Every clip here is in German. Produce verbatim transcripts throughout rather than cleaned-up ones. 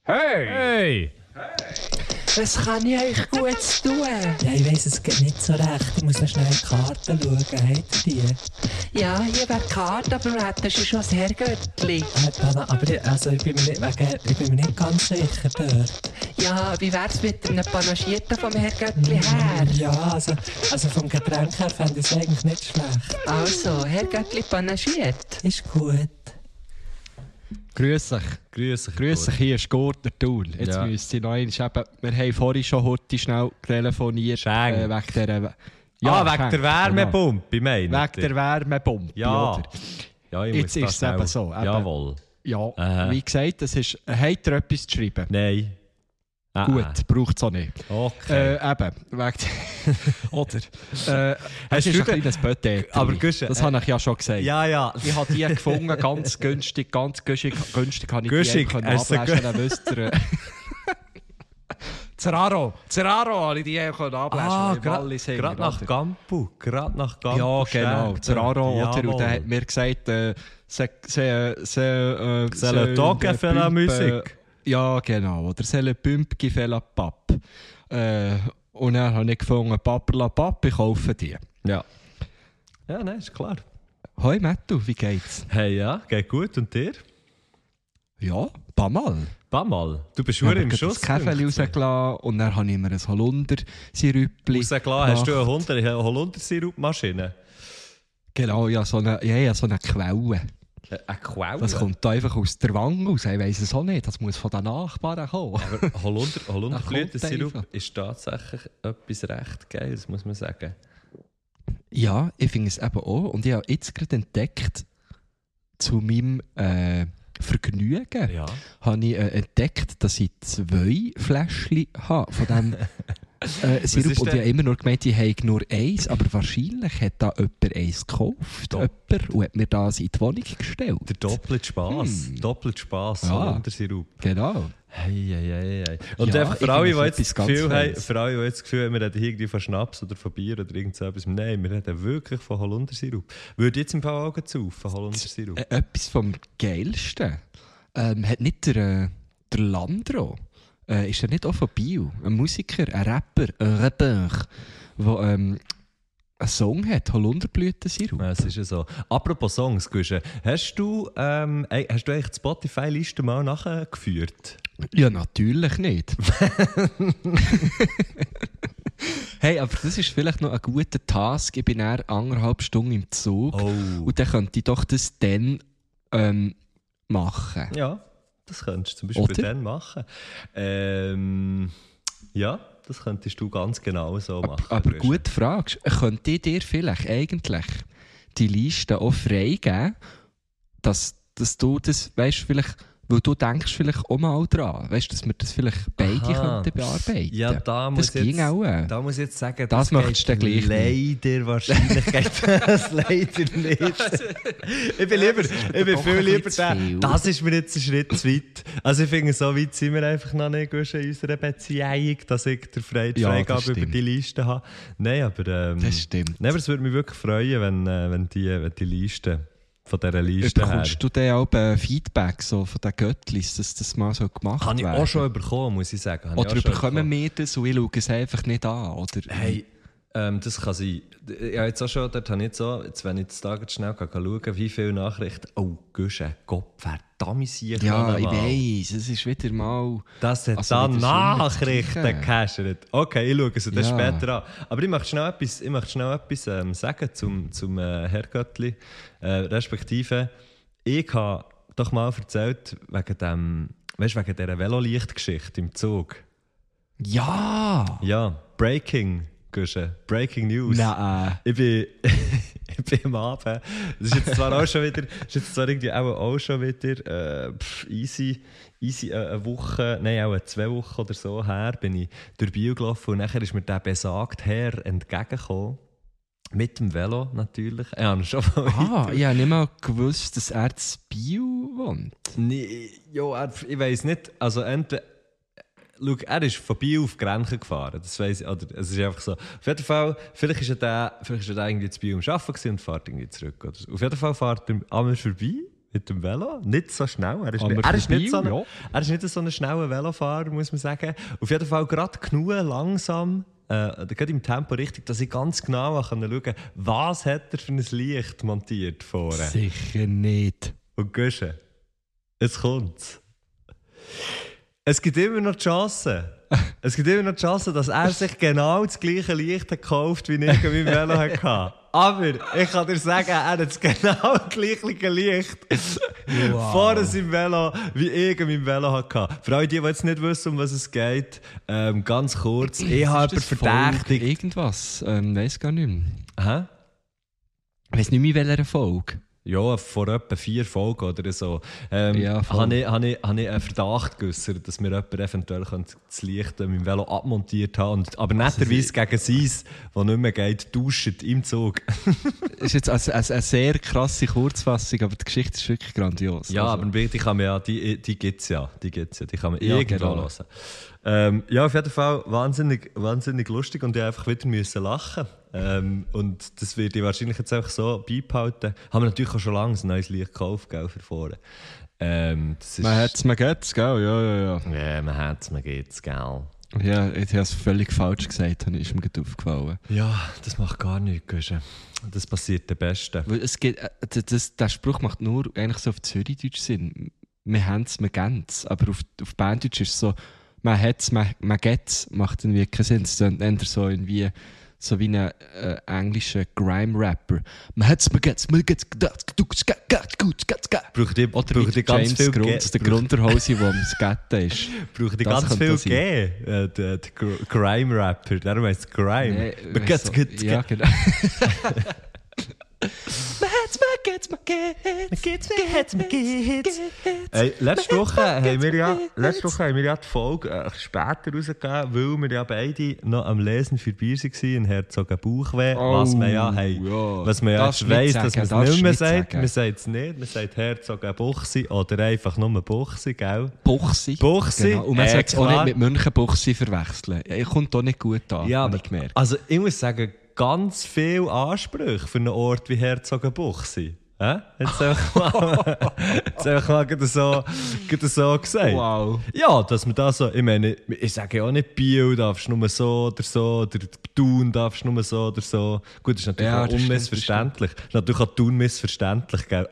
Hey! Hey! Was kann ich euch Gutes tun? Ja, ich weiss, es geht nicht so recht. Ich muss noch schnell in die Karten schauen. Habt ihr die? Ja, hier wäre die Karte, aber wir hätten schon ein Herrgöttli. Äh, aber ich, also ich, bin mir nicht, wegen, ich bin mir nicht ganz sicher dort. Ja, wie wär's mit einem Panagierten vom Herrgöttli her? Ja, also, also vom Getränk her fände ich es eigentlich nicht schlecht. Also, Herrgöttli panagiert. Ist gut. Grüß dich. Grüß dich. Grüß dich, hier ist Gurtner Thun. Jetzt Ja. müsste ich noch einmal eben, wir haben vorhin schon heute schnell telefoniert. Schenk. Äh, wegen der, Ja, wegen Schenk, der Wärmepumpe, ich meine. Genau. Wegen der Wärmepumpe, Ja. oder? Ja, ich Jetzt muss ist das es eben auch- so, eben. Jawohl. Ja, Aha. wie gesagt, das ist, habt ihr etwas zu schreiben? Nein. Ah, Gut, braucht es auch nicht. Okay. Äh, eben, wegen oder? Äh, Hast es ist du ein den- kleines Bötet. Aber Guschen, das äh, habe ich ja schon gesagt. Ja, ja. Ich habe die gefunden, ganz günstig, ganz günstig, günstig habe ich Güschig, die eben hast du sie ablesen, dann wisst ihr. Zeraro, Zeraro habe ich die eben ablesen. Ah, im Wallis gerade hängen, nach oder? Gampu. Gerade nach Gampu. Ja, genau, Stern. Zeraro, oder? Jawohl. Und der hat mir gesagt, äh, c'est, c'est, c'est, euh, C'est le temps qui fait la Pumpe, musique. Ja, genau. Oder c'est le Pumpe qui fait la Pape. Äh, und dann habe ich gefunden, Papa la Pape, ich kaufe die. Ja. Ja, nein, ist klar. Hoi Mattu, wie geht's? Hey, ja, geht gut. Und dir? Ja, ein paar Mal. Paar mal. Du bist Ich schon habe im gerade Schuss. das Käferli rausgelassen und dann habe ich mir ein Holunder-Sirüppli Rausgelassen. Hast du eine Holunder- eine Holunder-Sirup-Maschine? Genau, ja, so eine, ja, ja, so eine Quelle. Äh, Eine Quelle? Das kommt da einfach aus der Wange raus. Ich weiss es auch nicht. Das muss von den Nachbarn kommen. Aber Holunder, Holunderblütensirup einfach. ist tatsächlich etwas recht Geiles, muss man sagen. Ja, ich finde es eben auch. Und ich habe jetzt gerade entdeckt, zu meinem äh, Vergnügen, Ja. habe ich äh, entdeckt, dass ich zwei Fläschchen habe von diesem äh, Sirup. ist Und ich denn- habe immer nur gemeint, ich habe nur eins. Aber wahrscheinlich hat da jemand eins gekauft. Top. Jemand, und hat mir das in die Wohnung gestellt. Der doppelt Spass. Hm. Doppelt Spass, Ja. Holundersirup. Genau. Hey, hey, hey, hey. Und Ja, einfach ich für alle, die finde jetzt das das etwas Gefühl ganz haben, Feines. für alle, die jetzt das Gefühl haben, wir reden irgendwie von Schnaps oder von Bier oder irgend so etwas. Nein, wir reden wirklich von Holundersirup. Würde jetzt im Fall Augen zu von Holundersirup? Äh, etwas vom Geilsten. Ähm, hat nicht der, äh, der Landro, äh, ist er nicht auch von Bio? Ein Musiker, ein Rapper, ein Rapper, der ähm, einen Song hat, Holunderblütensirup. Ja, es ist ja so. Apropos Songs, Guschen, hast du, ähm, ey, hast du eigentlich die Spotify-Liste mal nachgeführt? Ja, natürlich nicht. Hey, aber das ist vielleicht noch ein guter Task. Ich bin eher anderthalb Stunden im Zug. Oh. Und dann könnte ich doch das dann ähm, machen. Ja, das könntest du zum Beispiel Oder? dann machen. Ähm, ja, das könntest du ganz genau so machen. Aber Guschen. gut fragst, könnte ich dir vielleicht eigentlich die Liste auch freigeben, dass, dass du das, weißt, vielleicht, weil du denkst vielleicht auch mal dran, weißt, dass wir das vielleicht beide Aha. könnten bearbeiten. Ja, da muss, das ging jetzt, auch. äh. da muss ich jetzt sagen, Das möchtest du geht dann gleich leider wahrscheinlich geht das leider nicht. Ich bin lieber, ich bin doch viel ein lieber bisschen zu der. viel. Das ist mir jetzt ein Schritt zu weit. Also ich finde, so weit sind wir einfach noch nicht gut in unserer Beziehung, dass ich der Fre die Ja, das Freigabe über stimmt. die Liste habe. Nein, aber ähm, Das stimmt. Nein, aber es würde mich wirklich freuen, wenn, äh, wenn, die, wenn die Liste von dieser Liste her... Bekommst du dann auch äh, Feedback so von den Göttlis, dass das mal so gemacht Habe ich werden? auch schon bekommen, muss ich sagen. Habe ich Oder auch schon bekommen bekommen. wir das und ich schaue es einfach nicht an? Oder? Hey, ähm, das kann sein. Ja, jetzt auch schon, dort habe ich jetzt so, jetzt, wenn ich jetzt da ganz schnell kann, kann schauen, wie viele Nachrichten. Oh, Guschen, Gott, verdammt sicher. ja, ich weiss, es ist wieder mal... Das hat Also da wieder schön Nachrichten das Gleiche. gecachet. Okay, ich schaue sie dann Ja. später an. Aber ich möchte schnell etwas, ich möchte schnell etwas ähm, sagen zum, zum äh, Herrgöttli. Äh, respektive, ich habe doch mal erzählt, wegen, dem, weißt, wegen dieser Velolichtgeschichte im Zug. Ja! Ja, Breaking, Guschen, Breaking News. Nein. Ich bin, ich bin am Abend. Das ist jetzt zwar auch schon wieder, das ist jetzt zwar irgendwie auch, auch schon wieder äh, pff, easy, easy äh, eine Woche, nein, auch zwei Wochen oder so her, bin ich durch Biel gelaufen und nachher ist mir der besagte Herr entgegengekommen. Mit dem Velo natürlich. Ja, schon mal Ah, ich habe nicht mal gewusst, dass er zu Bio wohnt. Nee, jo, er, ich weiss nicht. Also entweder, schau, er ist von Biel auf Grenchen gefahren. Das weiss ich. Oder, es ist einfach so. Auf jeden Fall, vielleicht ist er, der, vielleicht ist er der irgendwie zu Biel am Arbeiten gewesen und fährt irgendwie zurück. Oder so. Auf jeden Fall fährt er an mir vorbei mit dem Velo. Nicht so schnell. Er ist, Aber nicht, er ist, für nicht, so Biel, ein, ja. er ist nicht so ein schneller Velofahrer, muss man sagen. Auf jeden Fall gerade genug langsam, äh, gerade im Tempo richtig, dass ich ganz genau schauen kann, was hat er für ein Licht montiert vorne. Sicher nicht. Und Guschen, jetzt kommt's. Es gibt immer noch die Chance. Es gibt immer noch die Chance, dass er sich genau das gleiche Licht hat gekauft, wie ich in meinem Velo hatte. Aber ich kann dir sagen, er hat das genau das gleiche Licht Wow. vor seinem Velo, wie ich in meinem Velo hatte. Für alle, die, die jetzt nicht wissen, um was es geht, ähm, ganz kurz. Ich habe Ist das verdächtigt. Folge Irgendwas. Ähm, weiss gar nicht mehr. Hä? Ich weiss nicht mehr, welcher Folge. Ja, vor etwa vier Folgen oder so, ähm, Ja, voll. habe ich, hab ich, hab ich einen Verdacht geäußert, dass mir jemand eventuell das Licht an meinem Velo abmontiert haben könnte. Aber netterweise gegen sein, das nicht mehr geht, duscht im Zug. Das ist jetzt eine, eine, eine sehr krasse Kurzfassung, aber die Geschichte ist wirklich grandios. Ja, Also, aber die kann man ja, die, die gibt es ja. Die gibt's ja. Die kann man Ja, irgendwo genau. hören. Ähm, ja, auf jeden Fall wahnsinnig, wahnsinnig lustig und ich einfach wieder müssen lachen. Ähm, und das werde ich wahrscheinlich jetzt einfach so beibehalten. Haben wir natürlich auch schon lange ein neues Licht gekauft, gell, für vorne. Ähm, das ist, man hat es, man geht es, gell? Ja, ja, ja. Ja, man hat es, man geht es, gell. Ja, ich habe es völlig falsch gesagt, ist mir gerade aufgefallen. Ja, das macht gar nichts, Guschen. Das passiert der Besten. Weil es geht, äh, das, das, der Spruch macht nur eigentlich so auf Zürichdeutsch Sinn. Wir haben es, wir geben es. Aber auf, auf Berndeutsch ist es so, man hat es, man, man geht es, macht irgendwie keinen Sinn. Es klingt eher so irgendwie so wie ein äh, englischer Grime-Rapper. Man hat es, man geht es, man geht es, gut, Braucht ihr, Oder braucht wie ihr ganz James viel Grunz, der Ge- Grunderhose, der am Skaten ist. Braucht ihr Das ganz könnte viel das sein. G? Äh, der der Gr- Grime-Rapper, darum heisst es Grime. Nee, Man weiss so- geht's, geht's, Ja, geht's. genau. Man hat's, man geht's, man geht's, man geht's, man geht's. Hey, letzte Woche haben wir ja, letzte Woche haben wir ja die Folge äh, später rausgegeben, weil wir ja beide noch am Lesen für Bier waren in Herzogenbuchweh, was man ja, hey, ja. was man ja Darfst jetzt nicht weiss, sagen, dass man es darfst nicht mehr nicht sagt. sagen. Man sagt es nicht, man sagt Herzogenbuchsi oder einfach nur Buchsi, gell? Buchsi. Buchsi, Genau. Und man äh, sollte es auch klar. nicht mit Münchenbuchsi verwechseln. Ja, kommt auch nicht gut an, Ja, habe aber, ich gemerkt. also ich muss sagen, ganz viele Ansprüche für einen Ort wie Herzogenbuchsi. Hä? Jetzt einfach mal, jetzt einfach mal gerade so, gerade so gesagt. Wow. Ja, dass man da so, ich meine, ich sage ja auch nicht, Biel darfst du nur so oder so, oder Thun darfst du nur so oder so. Gut, das ist natürlich Ja, auch das stimmt, unmissverständlich. Das ist natürlich auch Thun missverständlich, gell?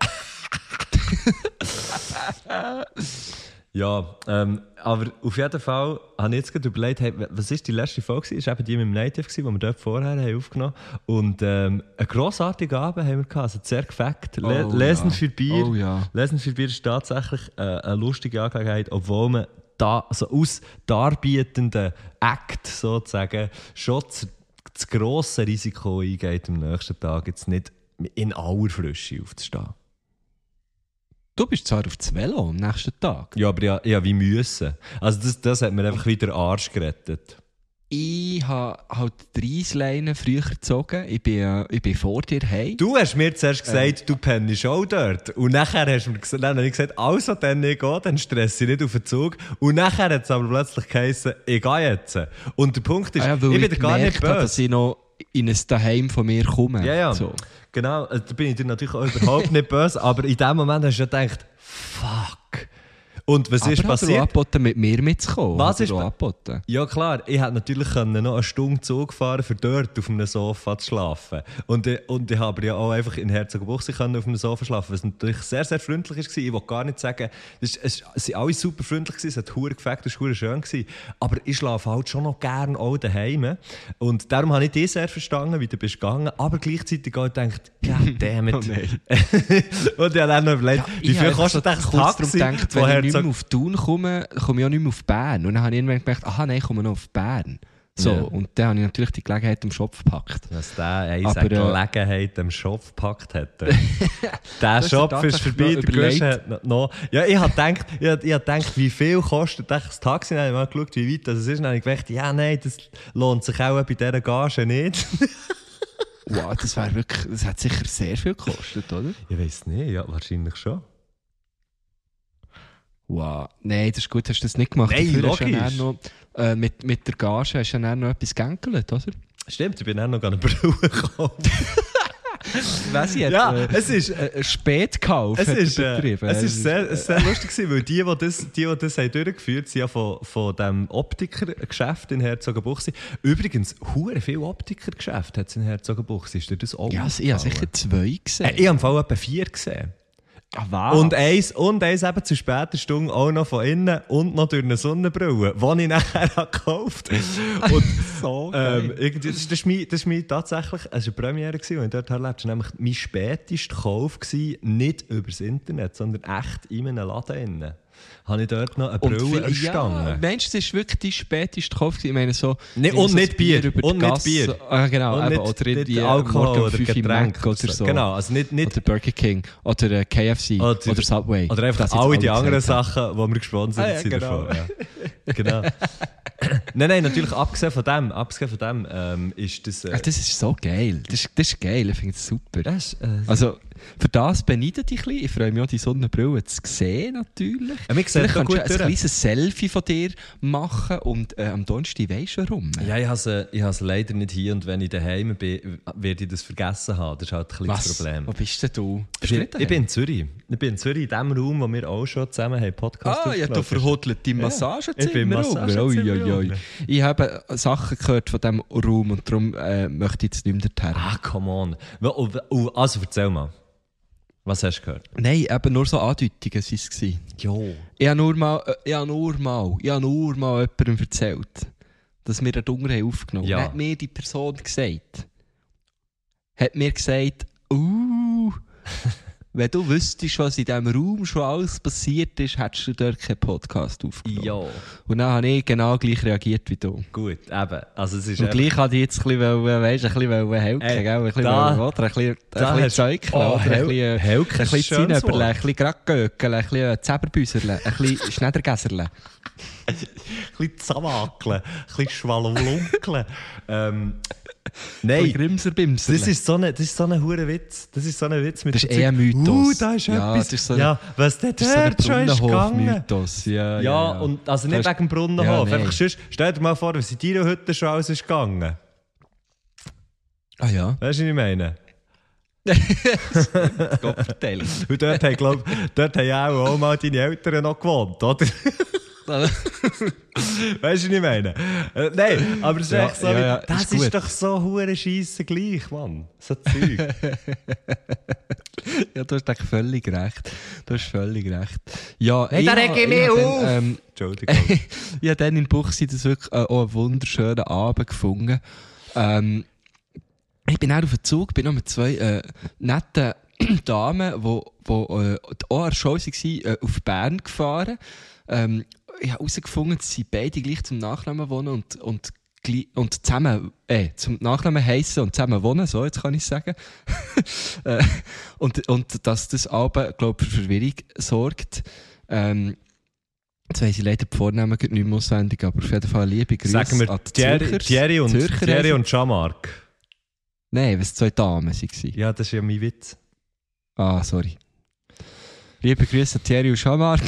Ja, ähm, aber auf jeden Fall habe ich jetzt gerade überlegt, hey, was ist die letzte Folge? Das war eben die mit dem Native, die wir dort vorher haben aufgenommen haben. Und ähm, einen grossartigen Abend haben wir gehabt, also sehr gefällt. Le Oh, Lesen ja. für Bier. Oh, ja. Lesen für Bier ist tatsächlich äh, eine lustige Angelegenheit, obwohl man da, also aus darbietenden Act sozusagen schon das, das grosse Risiko eingeht, am nächsten Tag jetzt nicht in aller Frische aufzustehen. Du bist zwar auf das Velo am nächsten Tag. Ja, aber ja, ja wie müssen. Also das, das hat mir einfach wieder den Arsch gerettet. Ich habe halt die Reisleine früher gezogen. Ich bin, äh, ich bin vor dir heim. Du hast mir zuerst gesagt, du pennst auch dort. Und nachher hast du mir gesagt, dann habe ich gesagt, also dann ich gehe, dann stress ich nicht auf den Zug. Und nachher hat es aber plötzlich geheißen, ich gehe jetzt. Und der Punkt ist, Ah ja, weil ich bin dir gar nicht gemerkt habe, dass böse. ich noch in ein Daheim von mir komme. Ja, ja. So. Genau, also, da bin ich dir natürlich auch überhaupt nicht böse. Aber in dem Moment hast du ja gedacht, fuck. Und was Aber ist hat er auch passiert? angeboten, mit mir mitzukommen? Was Hat er ist auch pa- angeboten? Ja klar, ich hätte natürlich können noch eine Stunde Zug fahren, für dort auf einem Sofa zu schlafen. Und, ich- und ich habe ja auch einfach in Herzogenbuchsee können auf einem Sofa schlafen, was natürlich sehr, sehr freundlich war. Ich will gar nicht sagen, es, ist- es, es sind alle super freundlich, gewesen, es hat verdammt gefällt, es war verdammt schön. Gewesen. Aber ich schlafe halt schon noch gerne auch daheim. Und darum habe ich dich sehr verstanden, wie du bist gegangen. Aber gleichzeitig auch gedacht, God damn it. Oh nein. Und ich habe dann noch überlegt, wie Ich viel habe kostet so das kurz Taxi darum gedacht, von wenn ich nicht Herzog- mehr auf Thun komme, komme ich auch nicht mehr auf Bern. Und dann habe ich irgendwann gedacht, aha, nein, ich komme noch auf Bern. So, Ja. und dann habe ich natürlich die Gelegenheit am Schopf gepackt. Dass der eine Aber, seine äh, Gelegenheit am Schopf gepackt hat. Der hast du Schopf tatsächlich ist vorbei, noch der überlegt? Guschen hat noch- noch... Ja, ich habe gedacht, ich hab, ich hab gedacht, wie viel kostet das Taxi? Dann habe ich mal geschaut, wie weit das ist. Dann habe ich gedacht, ja, nein, das lohnt sich auch bei dieser Gage nicht. Wow, das wäre wirklich, das hat sicher sehr viel gekostet, oder? Ich weiß nicht, ja, wahrscheinlich schon. Wow. Nein, das ist gut, hast du das nicht gemacht. Nein, Dafür hast du ja logisch. dann noch, äh, mit, mit der Gage hast du ja dann noch etwas gegängelt, oder? Stimmt, ich bin dann noch eine Brille gekauft. Wesi hat Ja, äh, es ist... äh, Spätkauf Es hat er ist, äh, betrieben. es ist sehr, sehr lustig gewesen, weil die, die das, die, die das haben durchgeführt haben, sind ja von, von dem Optikergeschäft in Herzogenbuchsee. Übrigens, hure viele Optikergeschäfte hat es in Herzogenbuchsee. Ist dir das auch Ja, also ich habe sicher zwei gesehen. Äh, ich habe im Fall etwa vier gesehen. Ah, wow. Und eins, und eins eben zu später Stunde auch noch von innen und noch durch eine Sonnenbrille, die ich nachher gekauft habe. Und so ähm, geil. irgendwie, das, das, ist mein, das ist mein tatsächlich, es war eine Premiere, die ich dort erlebt habe. Das war nämlich mein spätester Kauf, gewesen, nicht über das Internet, sondern echt in einem Laden innen. Habe ich dort noch eine Und Brille viel- erstanden. Ja, meinst du, das war wirklich dein spätester Kauf? Ich meine, so... Nee, irgendwie und so nicht das Bier, über die und nicht Gasse- Bier. Ah, genau, Und eben, nicht, oder nicht irgendwie Alkohol morgen um oder fünf Uhr Getränk Mac oder so. Genau, also nicht, nicht Oder Burger King, oder äh, K F C, Oder- oder, Subway. Oder einfach Das jetzt alle die alle anderen gesagt Sachen, die wir gesponsert Ah, ja, sind genau. davon. Ja. Genau. nein, nein, natürlich abgesehen von dem, abgesehen von dem ähm, ist das... Äh, haben. Ah, das ist so geil. Das ist, das ist geil, ich finde es super. das, äh, Also, für das beneide ich dich ein bisschen. Ich freue mich auch, die Sonnenbrille zu sehen, natürlich. Ja, wir sehen Vielleicht da kannst du gut ein durch. kleines Selfie von dir machen und äh, am Donnerstag weisst du warum. Ja, ich habe sie, ich habe sie leider nicht hier und wenn ich daheim bin, werde ich das vergessen haben. Das ist halt ein bisschen das Was? Problem. Wo bist denn du? Bist Ich, du nicht ich bin in Zürich. Ich bin in Zürich, in dem Raum, wo wir auch schon zusammen haben Podcast Ah, ja, du aufgenommen. verhodelt im Massagezimmer. ich bin im rum. Massagezimmer Ui, ui, ui. rum. Ich habe Sachen gehört von diesem Raum und darum äh, möchte ich jetzt nicht mehr dorthin. Ah, come on. Oh, oh, also erzähl mal. Was hast du gehört? Nein, eben nur so Andeutungen waren es. Jo. Ich habe nur mal, äh, ich habe nur mal, ich habe nur mal jemandem erzählt, dass wir einen Dunger haben aufgenommen haben. Ja. Hat mir die Person gesagt, hat mir gesagt, uh, wenn du wüsstest, was in diesem Raum schon alles passiert ist, hättest du dort keinen Podcast aufgenommen. Ja. Und dann habe ich genau gleich reagiert wie du. Gut, eben. Also es ist Und einfach- gleich hatte ich jetzt ein bisschen, wollen, weißt, ein bisschen helfen, Ey, gell? Ein bisschen, da- wollen, oder? Ein bisschen, da ein bisschen hast- Zeug, Oh, oder? Ein Hel- bisschen, Helke ein ist bisschen ein schönes Zinneberle, Wort. ein bisschen Graggöckel, ein bisschen Zäberbüserle, ein bisschen Schneidergäserle. ein bisschen zusammenwackeln, ein bisschen schwalwlunkeln. ähm, Ein nein, bisschen Grimser-Bimserle. das ist so ein, das ist so ein hure Witz. Das ist so ein Witz mit Das ist dem eh ein Zeug. Mythos. Uh, da ist Ja, etwas. das ist so ein- ja, was der Das ist so ein dort schon ist gegangen. Brunnenhof-Mythos. Ja, Ja, ja, ja. und also nicht Das ist- wegen dem Brunnenhof. Ja, Einfach nein. sonst, stell dir mal vor, was in deiner Hütte schon alles ist gegangen. Ah ja. Weißt du, was ich meine? Gott vertellen. Und dort haben, glaub, dort haben ja auch, auch mal deine Eltern noch gewohnt, oder? Weißt du, was ich meine? Äh, nein, aber es ist Ja, echt so, ja, wie- ja, das ist ist, gut. doch so hure Scheisse gleich, Mann. So Zeug. Ja, du hast eigentlich völlig recht. Du hast völlig recht. Ja, Hey, da ich reg ha- ich mich ha auf! dann, ähm, Entschuldigung. ich habe dann in Buchsee das wirklich äh, auch einen wunderschönen Abend gefunden. Ähm, ich bin auch auf dem Zug, bin noch mit zwei äh, netten Damen, die wo, wo, äh, auch an der Show waren, äh, auf Bern gefahren. Ähm, ich habe herausgefunden, dass sie beide gleich zum Nachnamen wohnen und, und, gleich- und zusammen, äh, zum Nachnamen heissen und zusammen wohnen, so jetzt kann ich sagen. äh, und, und dass das aber, glaube ich, für Verwirrung sorgt. Ähm, Jetzt weiss ich leider die Vornamen nicht mehr auswendig, aber auf jeden Fall liebe Grüße Sagen wir an die Thierry, Zürchers. Thierry und, Zürcher Thierry heissen- und Jean-Marc. Nein, was zwei Damen waren. Ja, das ist ja mein Witz. Ah, sorry. Liebe Grüße an Thierry und Jean-Marc.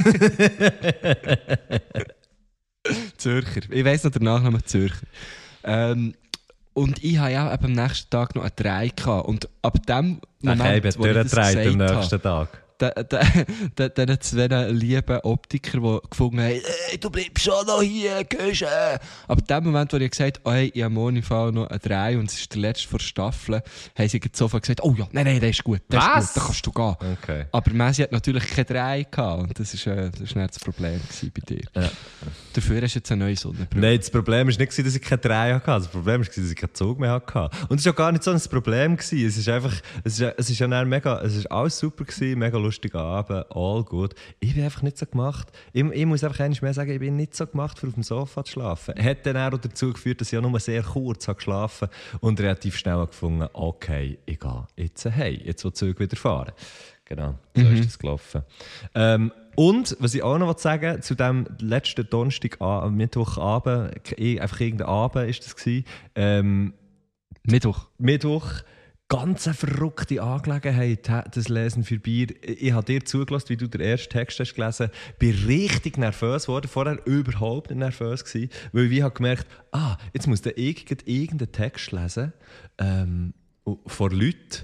Zürcher. Ich weiss noch den Nachnamen Zürcher. Ähm, und ich hatte ja eben am nächsten Tag noch einen Drei gehabt. Und ab dem Ach, Moment, eben, wo ich das durchgetragen am gesagt habe, nächsten Tag. diesen zwei lieben Optiker, die gefunden haben, hey, du bleibst schon noch hier, gehst du? Aber in dem Moment, wo ich gesagt habe, oh, hey, ich habe morgen im Fall noch einen Drei und es ist der letzte vor der Staffel, haben sie sofort gesagt, oh ja, nein, nein, der ist gut, der Was? ist gut, da kannst du gehen. Okay. Aber Messi hat natürlich keine Drei gehabt und das war äh, das war das Problem gewesen bei dir. Ja. Dafür hast du jetzt eine neue Sonnenbrille. Nein, das Problem war nicht, dass ich keinen Dreh hatte. Das Problem war, dass ich keinen Zug mehr hatte. Und es war gar nicht so ein Problem. Es ist einfach, es ist, es ist ja dann mega, es ist alles super gewesen, mega lustiger Abend, all gut. Ich bin einfach nicht so gemacht. Ich, ich muss einfach einmal mehr sagen, ich bin nicht so gemacht, für auf dem Sofa zu schlafen. Hat dann auch dazu geführt, dass ich ja nur sehr kurz habe geschlafen und relativ schnell gefunden, okay, ich gehe jetzt hey, jetzt will die Züge wieder fahren. Genau, so Mhm. ist das gelaufen. Ähm, und, was ich auch noch sagen will, zu dem letzten Donnerstag, Mittwochabend, eh, einfach irgendein Abend ist das gewesen, ähm, Mittwoch. Mittwoch, ganz eine verrückte Angelegenheit, hä, das Lesen für Bier. Ich, ich habe dir zugelassen, wie du den ersten Text hast gelesen. Ich bin richtig nervös geworden, vorher überhaupt nicht nervös gewesen, weil ich habe gemerkt, ah, jetzt muss der irgendeinen Text lesen, ähm, vor Leuten,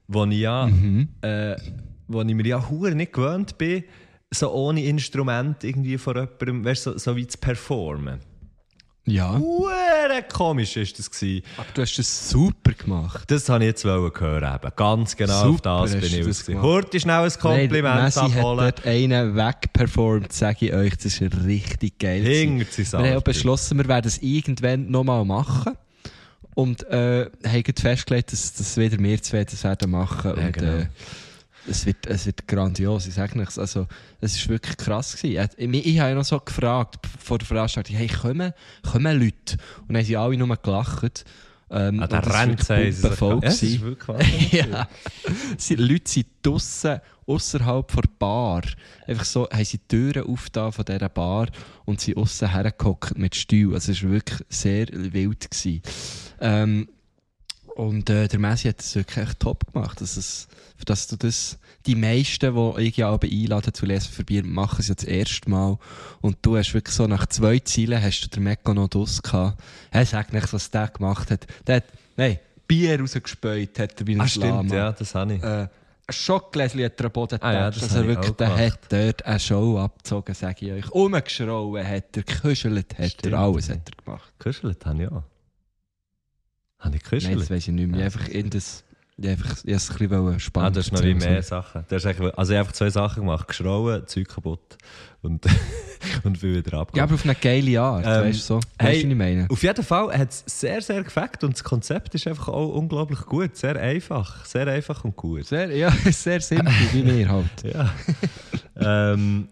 wo ich, ja, Mhm. äh, wo ich mir ja hure nicht gewöhnt bin, so ohne Instrument irgendwie vor jemandem, weißt, so, so wie zu performen. Ja. Hure komisch war das gewesen. Aber du hast das super gemacht. Das wollte ich jetzt hören. Eben. Ganz genau Super auf das hast bin du ich das aus. gemacht. Horti schnell ein Kompliment Messi hat abholen. dort einen wegperformt, sage ich euch. Das ist richtig geil. Hinter sie Wir haben auch beschlossen, wir werden es irgendwann nochmal machen. Und äh, haben festgelegt, dass, dass wieder wir zwei das werden machen. Ja, und, genau. äh, es, wird, es wird grandios, ich sage nichts. Also, es war wirklich krass gewesen. Ich, ich habe noch so gefragt vor der Veranstaltung, hey, kommen, kommen Leute? Und dann haben sie alle nur gelacht. Ähm, Ah, und der das war rennt wirklich sie. pumpenvoll Ja, das ist gewesen. wirklich wahnsinnig. Ja. Sie, Leute sind draussen, ausserhalb der Bar. Einfach so, haben sie die Türen aufgetan von dieser Bar und sind aussen hergehockt mit Stuhl. Also es war wirklich sehr wild gewesen. Ähm, und äh, der Messi hat das wirklich echt top gemacht. Dass, es, dass du das, die meisten, die ich ja auch einladen zu lesen für Bier, machen es ja das erste Mal. Und du hast wirklich so nach zwei Zielen hast du den Mekko noch draus gehabt. Er sagt nicht, was der gemacht hat. Der hat, nein, Bier rausgespäut hat er wie ein Ah, stimmt, Lama. ja, das habe ich. Äh, ein Schockgläschen hat er am Boden Ah, ja, getatscht. das Also habe ich wirklich, auch der gemacht. hat dort eine Show abgezogen, sage ich euch. Umgeschrauen hat er, gekuschelt hat Stimmt, er, alles ja. hat er gemacht. Gekuschelt habe ich auch. Habe ich Nein, das gekuschelt? weiss ich nicht mehr. Ich Ja. einfach in das, ich einfach, ich es ein bisschen spannend. Ah, du hast noch wie erzählen, mehr so. Sachen. Du hast eigentlich, also ich habe einfach zwei Sachen gemacht. Geschrauen, Zeug kaputt und, und will wieder Ja, abgeholt. aber auf eine geile Art, Ähm, weißt du so. Weißt hey, du, was ich meine? Auf jeden Fall hat es sehr, sehr gefällt und das Konzept ist einfach auch unglaublich gut. Sehr einfach. Sehr einfach und gut. Sehr, ja, sehr simpel, wie wir halt. Ja. ähm,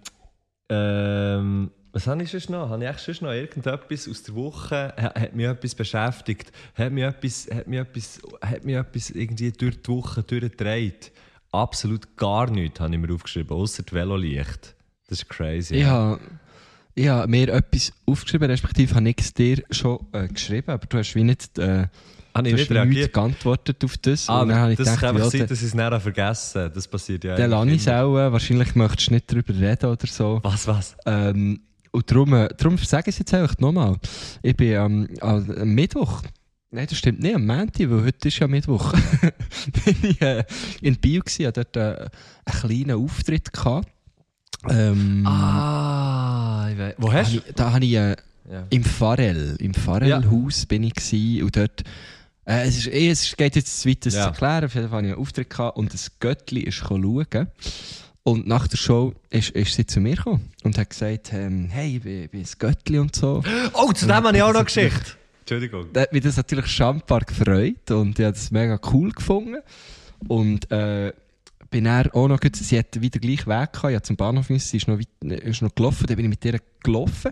ähm, was habe ich sonst noch? Habe ich echt sonst noch irgendetwas aus der Woche? Ha- Hat mich etwas beschäftigt? Hat mich etwas, hat mich etwas, hat mich etwas irgendwie durch die Woche durchgetragen? Absolut gar nichts habe ich mir aufgeschrieben, außer das Velolicht. Das ist crazy. Ich habe ich habe mir etwas aufgeschrieben, respektive habe ich es dir schon äh, geschrieben, aber du hast wie nicht, äh, Habe ich du nicht hast reagiert? nicht geantwortet auf das. Ah, und dann habe ich das gedacht, kann einfach ja, sein, dann- dass ich es nachher vergessen. Das passiert ja dann lasse eigentlich ich es immer. auch. äh, Wahrscheinlich möchtest du nicht darüber reden oder so. Was, was? Ähm, und darum, äh, darum sage ich es jetzt einfach nochmal. Ich bin ähm, am am Mittwoch, nein, das stimmt nicht, am Montag, weil heute ist ja Mittwoch, bin ich äh, in Biel gewesen, hatte dort äh, einen kleinen Auftritt gehabt. Ähm, Ah, ich weiß. Wo hast habe du? ich, da habe ich äh, Ja. im Farel, im Farel-Haus bin ich gewesen, und dort äh, es, ist, eh, es geht jetzt zu weit, das Ja. zu erklären. Auf jeden Fall hatte ich einen Auftritt gehabt und das Göttli ist schauen. Und nach der Show ist, ist sie zu mir gekommen und hat gesagt, ähm, hey, ich bin, ich bin ein Göttli und so. Oh, zu dem habe ich auch noch Geschichte. Entschuldigung. Da hat mich das natürlich schambar gefreut und ich habe das mega cool gefunden. Und äh, bin dann auch noch, sie hat wieder gleich Weg gehabt, ich habe zum Bahnhof müssen, sie ist noch, weit, ist noch gelaufen, dann bin ich mit ihr gelaufen.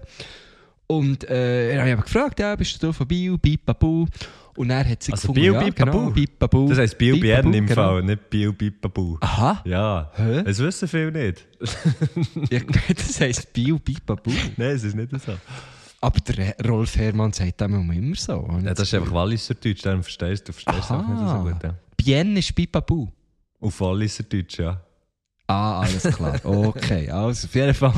Und äh, dann habe ich aber gefragt, ja, bist du da von Biel, Bipabu? Und dann hat sie Also gefunden, Biel, ja, Bipabu? genau, Bipabu. Das heisst Biel Bipabu, Bien im genau. Fall, nicht Biel Bipabu. Aha, Ja, Hä? das wissen viele nicht. ja, das heisst Biel, Bipabu. Nein, es ist nicht so. Aber der Rolf Herrmann sagt dem immer so. Ja, das ist einfach Walliserdeutsch, darum verstehst du, du verstehst es auch nicht so Aha. gut. Ja. Bien ist Bipabu. Auf Walliserdeutsch, ja. Ah, alles klar. Okay, also auf jeden Fall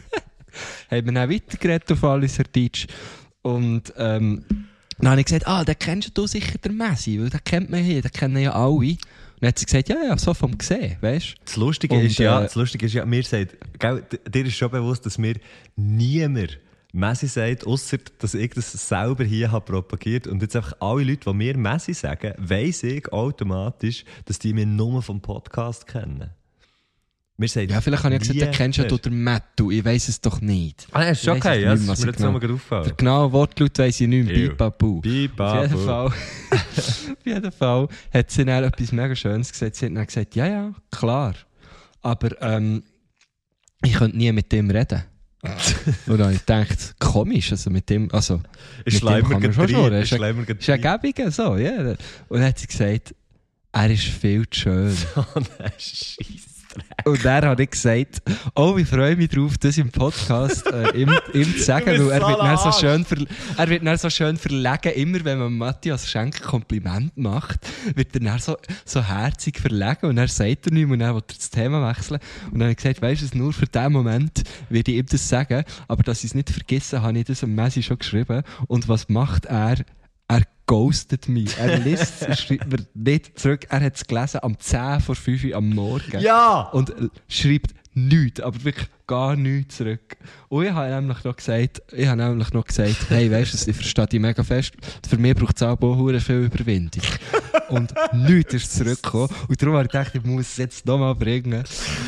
haben wir dann weitergeredet auf alles Deutsch. Und ähm, dann habe ich gesagt, ah, den kennst du sicher, der Messi, weil den kennt man hier, den kennen ja alle. Und dann hat sie gesagt, ja, ja, so vom gesehen, weißt du? Das Lustige, Und, ist, ja, äh, das Lustige ist ja, mir sagt, gell, d- dir ist schon bewusst, dass mir niemand Messi sagt, ausser dass ich das selber hier habe propagiert. Und jetzt einfach alle Leute, die mir Messi sagen, weiss ich automatisch, dass die mich nur vom Podcast kennen. Mir sagt Ja, vielleicht habe ich gesagt, den kennst ja du niemand. der Mattu, ich weiss es doch nicht. Ah, ist Ich weiss okay, es ja, nicht das mehr, ist mir was jetzt ich nur gerade Der aufgefallen. genaue Wortlaut weiss ich nicht mehr. Ew. Bipabu. Auf jeden Bipabu. Fall, auf jeden Fall hat sie dann etwas mega Schönes gesagt. Sie hat dann gesagt, ja, ja, klar. Aber ähm, ich könnte nie mit dem reden. Und dann habe ich gedacht, komisch, also mit dem, also Ist mit dem Schleimer kann man schon getrieben. schon, Ist ist ein- Schleimer ist ja getrieben. gäbiger, so, ja. Und dann hat sie gesagt, er ist viel zu schön. Oh nein, Scheissdreck. Und dann habe ich gesagt, oh, ich freue mich drauf, das im Podcast äh, ihm, ihm zu sagen, Du weil bist er wird, so dann so Arsch. schön ver, er wird dann so schön verlegen, immer wenn man Matthias Schenk Kompliment macht, wird er dann so, so herzig verlegen und dann sagt er nichts und dann will er das Thema wechseln. Und dann habe ich gesagt, weisst du, nur für diesen Moment werde ich ihm das sagen, aber dass ich es nicht vergessen habe, ich das am Messi schon geschrieben. Und was macht er? Er ghostet mich. Er liest es, schreibt mir nicht zurück. Er hat es gelesen am zehn vor fünf Uhr am Morgen. Ja! Und äh, schreibt nichts, aber wirklich gar nichts zurück. Und ich habe nämlich noch gesagt, ich habe nämlich noch gesagt, hey, weißt du, ich verstehe dich mega fest, für mich braucht es auch hure viel Überwindung. Und nichts ist zurückgekommen. Und darum habe ich gedacht, ich muss es jetzt nochmal bringen.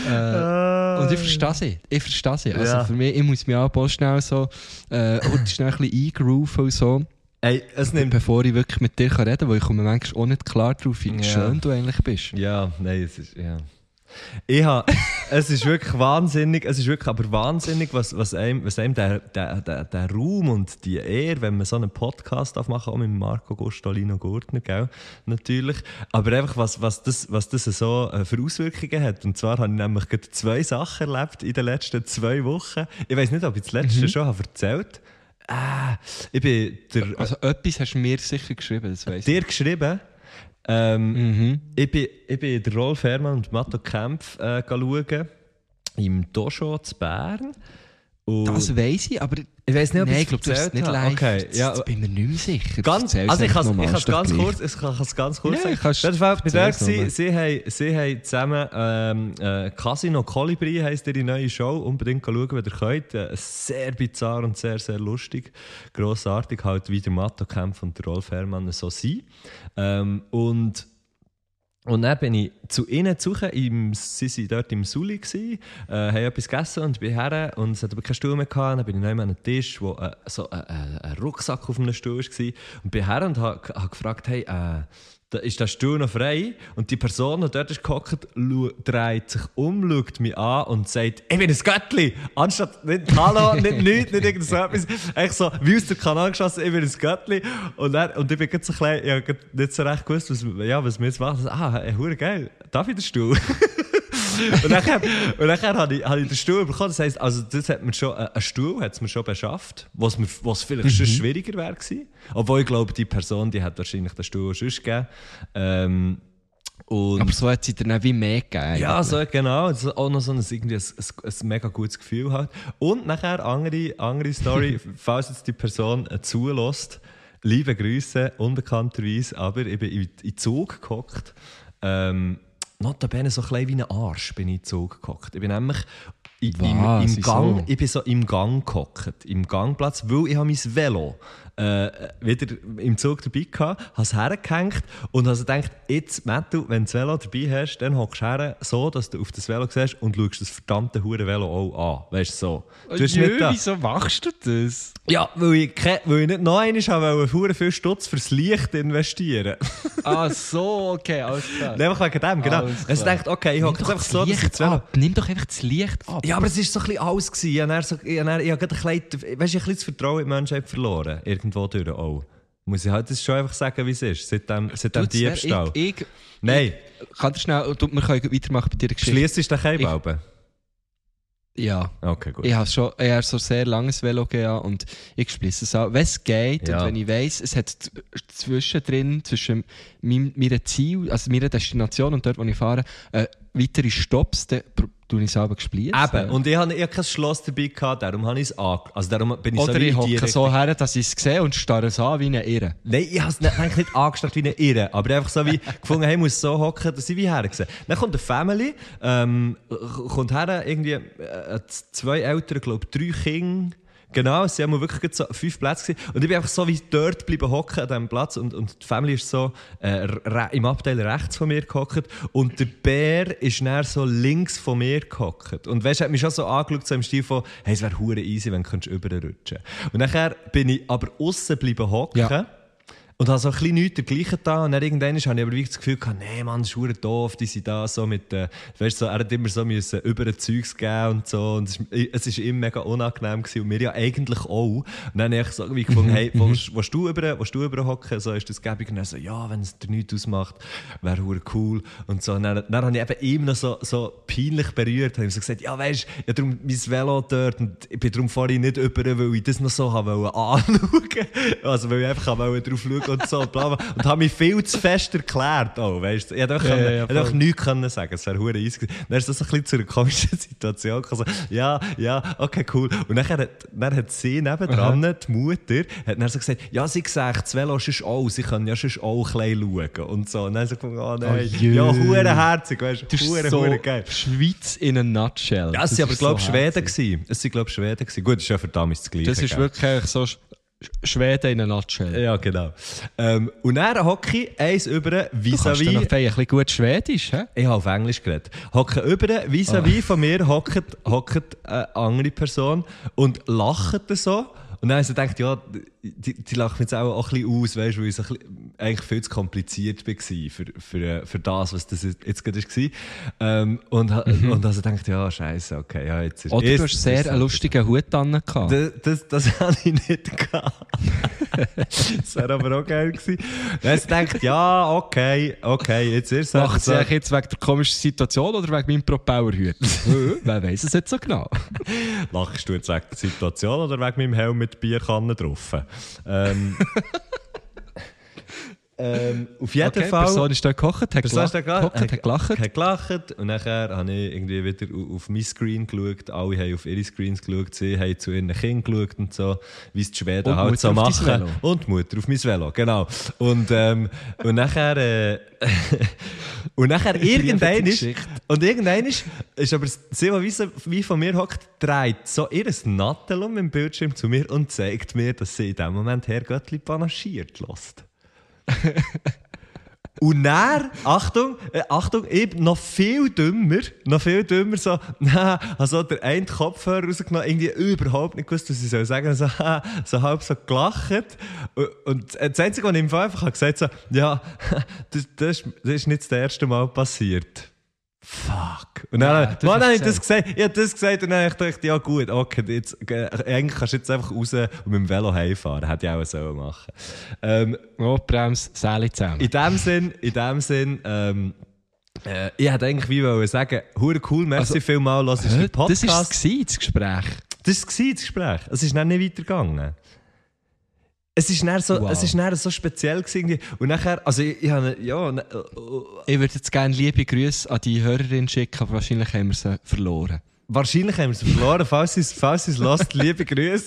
Äh, und ich verstehe sie. Ich verstehe sie. Also Ja. für mich, ich muss mich auch schnell so, äh, und schnell ein bisschen eingrooven und so. Ey, es nimmt... Bevor ich wirklich mit dir reden kann, weil ich komme manchmal auch nicht klar drauf, wie Ja. schön du eigentlich bist. Ja, nein, es ist... Ja. Ich habe, es ist wirklich wahnsinnig, es ist wirklich aber wahnsinnig, was, was einem, was einem der, der, der, der Raum und die Ehre, wenn man so einen Podcast aufmachen, auch mit Marco Gostolino Gurtner, gell, natürlich, aber einfach, was, was, das, was das so äh, für Auswirkungen hat. Und zwar habe ich nämlich gerade zwei Sachen erlebt in den letzten zwei Wochen. Ich weiss nicht, ob ich das letzte Mhm. schon habe erzählt habe. Äh, ich bin der, Also etwas hast du mir sicher geschrieben, das weiss dir geschrieben. Ähm, Mhm. Ich bin, ich bin den Rolf Herrmann und Matto Kempf äh, schauen, im Dojo zu Bern. Und Das weiss ich, aber ich weiss nicht, ob nein, ich ich glaube, du hast es erzählt nicht habe. live. Okay, Das, ja. das bin mir nicht mehr sicher. Ganz, Erzähl's also ich kann einfach nochmal, es ist doch ganz gleich. kurz, ich kann es ganz kurz Ja, sagen. kannst- Auf jeden Fall, bei der erzähl's gewesen, nochmal. sie, haben, sie haben zusammen ähm, äh, Casino Colibri heisst ihre neue Show. Unbedingt schauen, wenn ihr könnt. Äh, sehr bizarr und sehr, sehr lustig. Grossartig, halt wie der Matto Kempf und der Rolf Herrmann so sind. Ähm, und Und dann bin ich zu ihnen zu suchen, im, sie waren dort im Suli, äh, haben etwas gegessen und bin her und es hat aber keinen Stuhl mehr gehabt. Dann bin ich neben an einem Tisch, wo äh, so ein, ein, ein Rucksack auf einem Stuhl war und bin her und habe ha gefragt, hey, äh, da ist der Stuhl noch frei? Und die Person, die dort ist gehockt, dreht sich um, schaut mich an und sagt, ich bin ein Göttli! Anstatt nicht Hallo, nicht nichts, nicht irgend so etwas. Eigentlich so, wie aus der Kanal geschossen, ich bin ein Göttli. Und, dann, und ich bin gerade so klein, ich habe nicht so recht gewusst, was, ja, was wir jetzt machen. Ah, hey, hure geil, darf ich den Stuhl? und nachher, und nachher habe ich, habe ich den Stuhl bekommen. Das heisst, also das hat mir schon, äh, ein Stuhl hat es mir schon beschafft, was mir, was vielleicht schon schwieriger wäre gewesen. Obwohl ich glaube, die Person, die hat wahrscheinlich den Stuhl auch sonst gegeben. Ähm, und Aber so hat sie dann auch wie mehr gegeben. ja, eigentlich. so, genau. Das ist auch noch so ein, irgendwie ein, ein, ein mega gutes Gefühl halt. Und nachher andere, andere Story, falls jetzt die Person äh, zulässt. Liebe Grüße, unbekannterweise, aber ich bin in in den Zug gehockt. Ähm, notabene so klein wie ein Arsch bin ich in den Zug gehockt. Ich bin nämlich i- im, Was? im Gang, Wieso? ich bin so im Gang gehockt, im Gangplatz, weil ich habe mein Velo äh, wieder im Zug dabei hatte, habe es hergehängt und habe gedacht, jetzt, Mattu, wenn du das Velo dabei hast, dann hockst du her, so, dass du auf das Velo siehst und schaust das verdammte hure Velo auch an. Weißt du, so. Du hast Jö, nicht da. wieso machst du das? Ja, weil ich, ke- weil ich nicht noch einmal habe, hure viel Stutz fürs Licht investieren. Ah, so, okay, alles klar. Einfach wegen dem, genau. Alles Also klar. dachte, okay, ich hocke jetzt einfach das so, dass ich Licht das Velo... ab. Nimm doch einfach das Licht ab. Ja, aber es war so ein bisschen alles. gewesen. Ich habe dann so, ich habe dann- ich habe gerade ein bisschen, weißt, du, ich habe ein bisschen das Vertrauen in die Menschheit verloren. Irgendwo durch auch. Muss ich halt das schon einfach sagen, wie es ist. Seit dem, seit dem Du, das wär- Diebstahl. Ich, ich, Nein, kann dir schnell, du, wir können weitermachen bei deiner Geschichte. schließt du den Keimbalben? Ja. Okay, gut. Ich habe schon ich habe so sehr langes Velo gehabt und ich schließe es an. Wenn es geht Ja. und wenn ich weiss, es hat z- zwischendrin, zwischen meinem, meinem Ziel, also meiner Destination und dort, wo ich fahre, äh, weitere Stops, dann pr- tue ich es selber gesplielt. Eben, und ich habe, ich habe kein Schloss dabei gehabt, darum habe ich es an. Also darum bin ich Oder so wie ich in die hocke so Richtung- her, dass ich es sehe und starre es an wie eine Irre. Nein, ich habe es nicht, eigentlich nicht angestarrt wie eine Irre, aber einfach so wie gefunden, hey, ich muss so hocken, dass ich wie hergesehen. Dann kommt eine Family, ähm, kommt her, irgendwie äh, zwei Eltern, glaube ich, drei Kinder. Genau, es waren wirklich gerade so fünf Plätze gewesen. Und ich bin einfach so wie dort geblieben hocken an diesem Platz und, und die Family ist so äh, re- im Abteil rechts von mir gehockt und der Bär ist dann so links von mir gehockt. Und weißt, er hat mich schon so angeschaut, so im Stil von, hey, es wäre hure easy, wenn du rüberrutschen könntest. Und nachher bin ich aber aussen geblieben hocken. Ja. Und habe so ein bisschen nichts dergleichen da. Und dann irgendwann habe ich aber wirklich das Gefühl gehabt, nee, Mann, das ist verdammt doof, die sind da so mit, äh, weißt du, so, er hat immer so müssen über ein Zeugs geben und so. Und es ist, es ist ihm mega unangenehm gewesen. Und mir ja eigentlich auch. Und dann habe ich so irgendwie gefunden, hey, willst, willst du über, willst du über hocken? So ist das gäbig. Und dann so, ja, wenn es dir nichts ausmacht, wäre verdammt cool. Und so. Und dann, dann habe ich eben ihm noch so, so peinlich berührt. Habe ihm so gesagt, ja, weißt du, ich habe darum mein Velo dort und ich bin darum vorhin nicht über, weil ich das noch so habe wollen anschauen. Also, weil ich einfach wollte drauf schauen und so, bla bla. Und habe mich viel zu fest erklärt. Oh, weißt du, ich hätte auch, Ja, können, ja, ja, hätte auch voll. nichts können sagen. Es wäre hure easy gewesen. Dann ist das so ein bisschen zu einer komischen Situation gekommen. So, ja, ja, okay, cool. Und dann hat, dann hat sie nebendran, die Mutter, hat dann so gesagt, ja, sie sagt, das Velo ist auch, sie können ja schon auch ein bisschen schauen. Und so. Und dann so gefunden, oh nein, Oh, jö. ja, hure herzig, weißt du, Das ist hure, so hure geil. Schweiz in a nutshell. Ja, es Das sind aber, ist glaube ich, so Schweden herzig. gewesen. Es sind, glaube ich, Schweden gewesen. Gut, das ist ja verdammt das Gleiche. Das ist gell? wirklich so Sch Schweden in a nutshell. Ja, genau. Ähm, und dann hocke ich eins über Du kannst dann noch vis-à-vis. fein ein bisschen gut Schwedisch, hä? Ich habe auf Englisch geredet. Hocke über vis-à-vis von mir hockt, hockt eine andere Person und lacht so. Und dann habe ich so gedacht, ja, die, die lachen jetzt auch, auch ein bisschen aus, weißt, weil ich so ein bisschen, eigentlich viel zu kompliziert war für, für, für das, was das jetzt gerade war. Ähm, und mhm. und also gedacht, ja, scheiße, okay, ja, jetzt ist Oder ist, du hast sehr ist- einen lustigen Hut an gehabt. Das, das, das habe ich nicht gehabt. Das wäre aber auch geil gewesen. Dann habe ich gedacht, ja, okay, okay, jetzt ist es Lacht sie so. eigentlich jetzt wegen der komischen Situation oder wegen meinem Propellerhut? Äh, Wer weiß es nicht so genau. Lachst du jetzt wegen der Situation oder wegen meinem Helm mit Bierkannen drauf? Ähm, ähm, auf jeden Okay, die Fall. Person ist da gekocht, hat Person gelacht, ist da gelacht, gehockt, hat gelacht. Hat gelacht und nachher habe ich irgendwie wieder au- auf mein Screen geschaut. Alle haben auf ihre Screens geschaut, sie haben zu ihren Kindern geschaut und so, wie es die Schweden Und halt Mutter so auf dein machen. Velo. Und die Mutter auf mein Velo, genau. Und, ähm, und nachher... Äh, und nachher irgendein ist... Geschichte. Und irgendein ist, ist aber sie, die wie, so- wie von mir hockt, dreht so ihr Nattel um im Bildschirm zu mir und zeigt mir, dass sie in dem Moment Herr Göttli panaschiert lässt. Und dann, Achtung, äh, Achtung, eben noch viel dümmer, noch viel dümmer, so, na, also der eine Kopfhörer rausgenommen, irgendwie überhaupt nicht gewusst, was ich soll sagen, so, so halb so gelacht. Und, und das Einzige, was ich ihm einfach habe gesagt habe, so, ja, das, das, ist, das ist nicht das erste Mal passiert. Fuck. Und dann, Ja, ja, das dann hast habe du ich das gesagt, ich habe das gesagt und dann habe ich gedacht, ja gut, okay, jetzt, äh, eigentlich kannst du jetzt einfach raus und mit dem Velo heimfahren. Hätte ich auch so machen. Ähm, Oh, Brems, Säle zusammen. in dem Sinn, in dem Sinn, ähm, äh, ich hätte eigentlich wie wollen sagen, hure cool, merci Also, vielmals, lass Hä? den Podcast. Das war es, gewesen, das Gespräch. Das war das Gespräch. Es ist dann nicht weitergegangen. Es ist dann so, Wow. es ist dann so speziell gewesen. irgendwie. Und nachher, also ich, ich habe, ja, ne- Ich würde jetzt gerne liebe Grüße an die Hörerin schicken, aber wahrscheinlich haben wir sie verloren. wahrscheinlich haben wir sie verloren, falls sie es falls sie es lässt, liebe Grüße.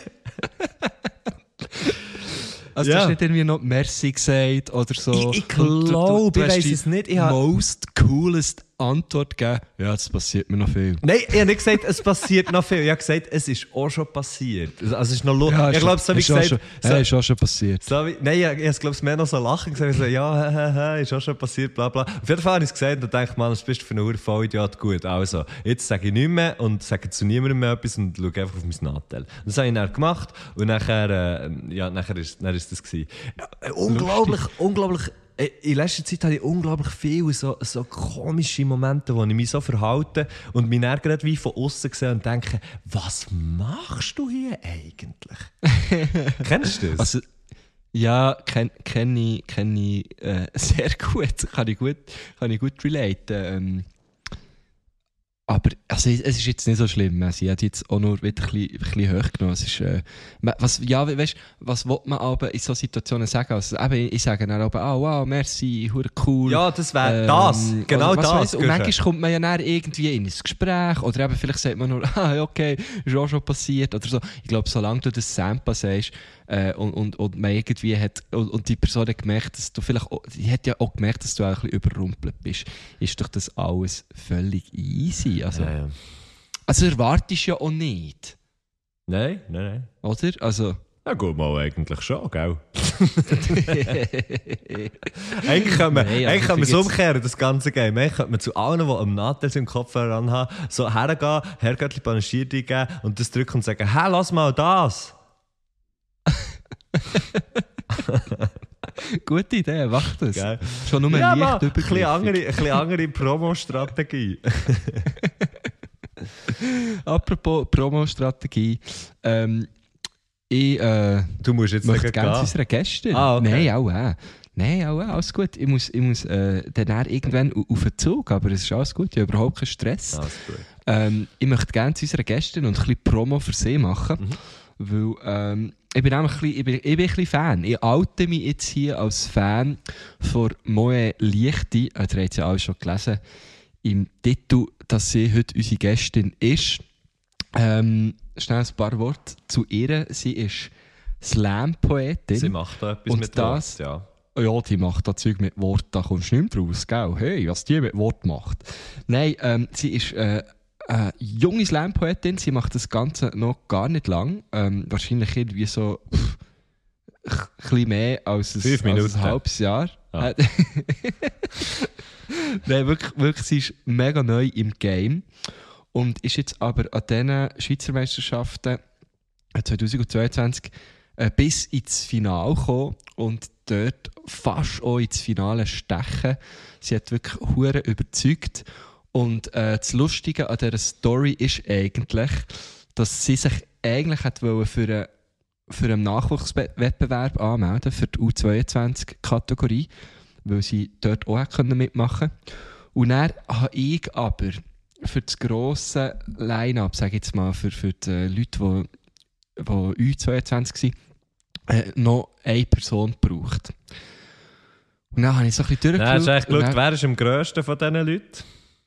Also Ja. du hast nicht irgendwie noch Merci gesagt oder so. Ich- ich Und du- glaube, du ich hast weiss die es nicht. Ich hab- most coolest Antwort gegeben. Ja, das passiert mir noch viel. Nein, ich habe nicht gesagt, es passiert noch viel. Ich habe gesagt, es ist auch schon passiert. Also es ist noch lustig. Ja, ich ist glaube, schon- so wie ist auch gesagt... schon- so, Ja, ist auch schon passiert. so wie, nein, ich, ich habe es mehr noch so lachen gesagt. So, ja, hä, hä, hä, ist auch schon passiert, bla bla. Auf jeden Fall habe ich es gesagt und dachte, man, was bist du für ein Vollidiot? Gut, also, jetzt sage ich nichts mehr und sage zu niemandem mehr etwas und schaue einfach auf mein Nattel. Das habe ich dann gemacht und nachher, äh, ja, nachher ist, dann ist das gewesen. Ja, äh, unglaublich, unglaublich... äh, In letzter Zeit hatte ich unglaublich viele so, so komische Momente, wo ich mich so verhalte und mich dann gerade wie von außen sehe und denke, was machst du hier eigentlich? Kennst du das? Also, ja, kenne kenn ich, kenn ich äh, sehr gut. Kann ich gut, kann ich gut relaten. Ähm, aber also, es ist jetzt nicht so schlimm. Also, ich habe jetzt auch nur wieder ein bisschen, ein bisschen hochgenommen. Es ist, äh, was, ja, weißt, was will man aber in solchen Situationen sagen? Also, eben, ich sage dann aber, ah, wow, merci, hure cool. Ja, das wäre Ähm, das. Genau oder was das. weiss- Und Guschen. manchmal kommt man ja dann irgendwie in ein Gespräch oder eben vielleicht sagt man nur, ah, okay, ist auch schon passiert oder so. Ich glaube, solange du das Sample sagst äh, und, und, und man irgendwie hat, und, und die Person hat gemerkt, dass du vielleicht, auch, die hat ja auch gemerkt, dass du auch ein bisschen überrumpelt bist, ist doch das alles völlig easy. Also, Ja, ja. also erwartest du ja auch nicht, Nein, nein, nein. oder? Also, Ja gut, mal eigentlich schon, gell? Eigentlich können wir, Nein, aber eigentlich können wir ich es jetzt- umkehren, das ganze Game. Eigentlich könnte man zu allen, die am Nattel im Kopf haben, so hergehen, Herr Göttli panaschiert geben und das drücken und sagen, hey, lass mal das. gute Idee, mach das. Gell? Schon nur Ja, leicht mal, ein bisschen übergriffig. andere, ein bisschen andere Promo-Strategie. Apropos Promo-Strategie, ähm, ich äh, Du musst jetzt möchte nicht gerne zu gehen. unserer Gästin. Ah, okay. Nein, auch äh. Nein, auch äh. Alles gut. Ich muss, ich muss äh, dann eher irgendwann au- auf den Zug, aber es ist alles gut. Ich habe überhaupt keinen Stress. Alles gut. Ähm, ich möchte gerne zu unserer Gästin und ein bisschen Promo für sie machen. Mhm. Weil ähm, ich bin nämlich ein bisschen, ich bin, ich bin ein bisschen Fan. Ich oute mich jetzt hier als Fan von Moe Lichti. Äh, ihr habt es ja alle schon gelesen im Titel, dass sie heute unsere Gästin ist. Ähm, schnell ein paar Worte zu ihr. Sie ist Slam-Poetin. Sie macht da etwas und mit das, Wort, ja. Ja, die macht da Zeug mit Wort, da kommst du nicht mehr raus, gell? Hey, was die mit Wort macht. Nein, ähm, sie ist äh, eine junge Slam-Poetin, sie macht das Ganze noch gar nicht lang. Ähm, wahrscheinlich irgendwie so pff, ein bisschen mehr als ein, Fünf als Minuten. ein halbes Jahr. Ah. Äh, Nein, wirklich, wirklich, sie ist mega neu im Game und ist jetzt aber an diesen Schweizer Meisterschaften zweitausendzweiundzwanzig äh, bis ins Finale gekommen und dort fast auch ins Finale stechen. Sie hat wirklich hure überzeugt. Und äh, das Lustige an dieser Story ist eigentlich, dass sie sich eigentlich hat wollen für, eine, für einen Nachwuchswettbewerb anmelden, für die U zweiundzwanzig-Kategorie, weil sie dort auch mitmachen konnte. Und dann habe ich aber für das grosse Line-Up, sage ich jetzt mal, für, für die Leute, die, die U zweiundzwanzig waren, äh, noch eine Person gebraucht. Und dann habe ich so ein bisschen durchgeschaut. Nein, hast du echt geschaut, dann... wer ist am grössten von diesen Leuten?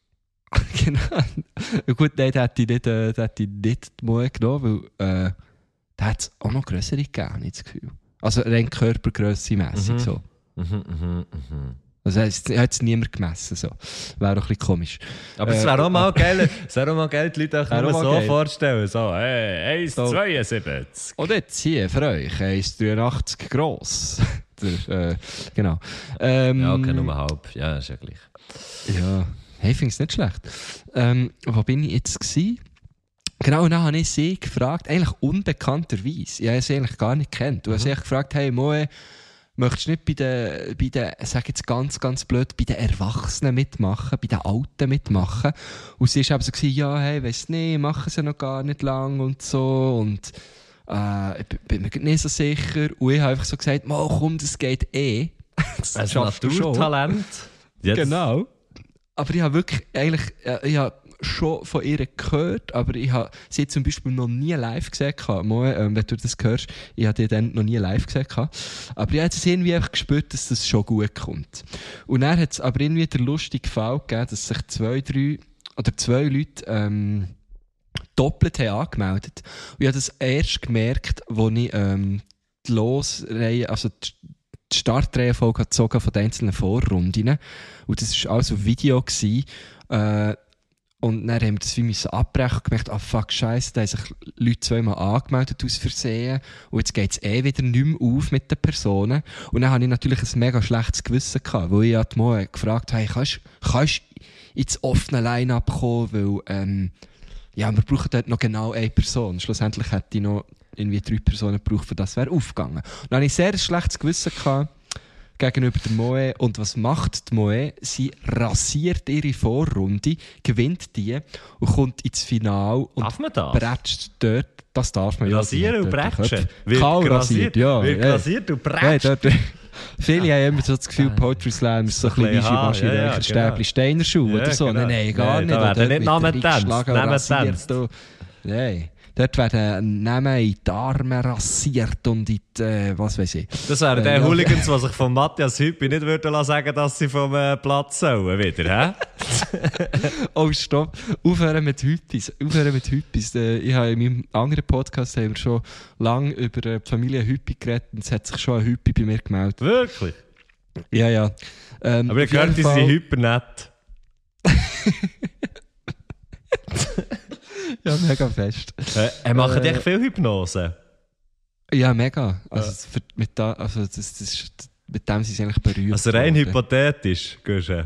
Genau. Gut, nein, den hätte ich nicht, äh, den hätte ich nicht die Mühe genommen, weil äh, da hat es auch noch grössere gegeben, habe ich das Gefühl. Also rein Körpergrösse mässig Mhm. so. Mhm, mhm, mhm. Also es hat es niemand gemessen. So. Wäre auch ein bisschen komisch. Aber es Äh, wäre auch mal geil, es wäre auch mal geil, die Leute auch Wäre nur auch mal so geil. vorstellen. So, hey, eins So. zweiundsiebzig. Und jetzt hier für euch, eins Komma dreiundachtzig gross. Der, äh, genau. Ähm, Ja, okay, nur halb. Ja, ist ja gleich. Ja, hey, ich finde es nicht schlecht. Ähm, wo bin ich jetzt gewesen? Genau, und dann habe ich sie gefragt, eigentlich unbekannterweise. Ich habe sie eigentlich gar nicht kennt. Du hast sie gefragt, hey Moe, möchtest du nicht bei den, bei den, sag jetzt ganz, ganz blöd, bei den Erwachsenen mitmachen, bei den Alten mitmachen? Und sie war eben so, gewesen, ja, hey, weiss nicht, machen sie noch gar nicht lang und so. Und äh, ich bin mir nicht so sicher. Und ich habe einfach so gesagt, Mo, komm, das geht eh. Das Ein schaffst du schon. Naturtalent. Jetzt. Genau. Aber ich habe wirklich, eigentlich, äh, ich habe schon von ihr gehört, aber ich habe sie zum Beispiel noch nie live gesehen. Moe, ähm, wenn du das hörst, ich habe die dann noch nie live gesehen. Aber ich habe jetzt irgendwie einfach gespürt, dass das schon gut kommt. Und dann hat es aber irgendwie den lustigen Fall gegeben, dass sich zwei, drei oder zwei Leute ähm, doppelt haben angemeldet. Und ich habe das erst gemerkt, als ich ähm, die Losreihe, also die die Startreihenfolge gezogen von den einzelnen Vorrunden. Und das war alles auf Video. Gewesen. Äh, und dann haben wir das wie müssen abbrechen und gemerkt, ah fuck, scheiße, da haben sich Leute zweimal angemeldet aus Versehen. Und jetzt geht es eh wieder nicht mehr auf mit den Personen. Und dann hatte ich natürlich ein mega schlechtes Gewissen gehabt, weil ich ja die Moe gefragt habe, hey, kannst du ins offene Line-Up kommen, weil ähm, ja, wir brauchen dort noch genau eine Person. Schlussendlich hätte ich noch irgendwie drei Personen gebraucht, für das wäre aufgegangen. Und dann hatte ich sehr ein schlechtes Gewissen gehabt gegenüber der Moe. Und was macht die Moe? Sie rasiert ihre Vorrunde, gewinnt die und kommt ins Finale und Darf man das? bretscht dort. Das darf man ja. Rasieren und bretschen? Kaum rasiert, ja. Wird ja. rasiert und Hey, bretscht? dort, viele haben immer so das Gefühl, Poetry Slam ist so ein bisschen wie Aha, Wischi-Waschi, ja, ja, welcher Stäbli genau. Steiner Schuh Ja, oder so. genau. Nein, nein, gar Nein, nicht. da werden Oder nicht dort Namen wird getanzt, reingeschlagen und Namen rasiert, getanzt. du. Nein. Dort werden Namen in die Arme rasiert und in die, äh, was weiß ich. Das wären Äh, die ja. Hooligans, die sich von Matthias Hüppi nicht würden lassen sagen, dass sie vom äh, Platz sollen wieder, hä? Oh, stopp. Aufhören mit Hypis. Aufhören mit Hypis. Äh, Ich habe in meinem anderen Podcast haben wir schon lange über äh, die Familie Hüppi geredet und es hat sich schon ein Hüppi bei mir gemeldet. Wirklich? Ja, ja. Ähm, Aber ihr auf jeden gehört, die Fall- sind hypernett. Ja, mega fest. Äh, er macht Äh, echt viel Hypnose. Ja, mega. Also, für, mit, da, also das, das, ist- mit dem sind sie eigentlich berührt. Also rein worden. hypothetisch, Guschen.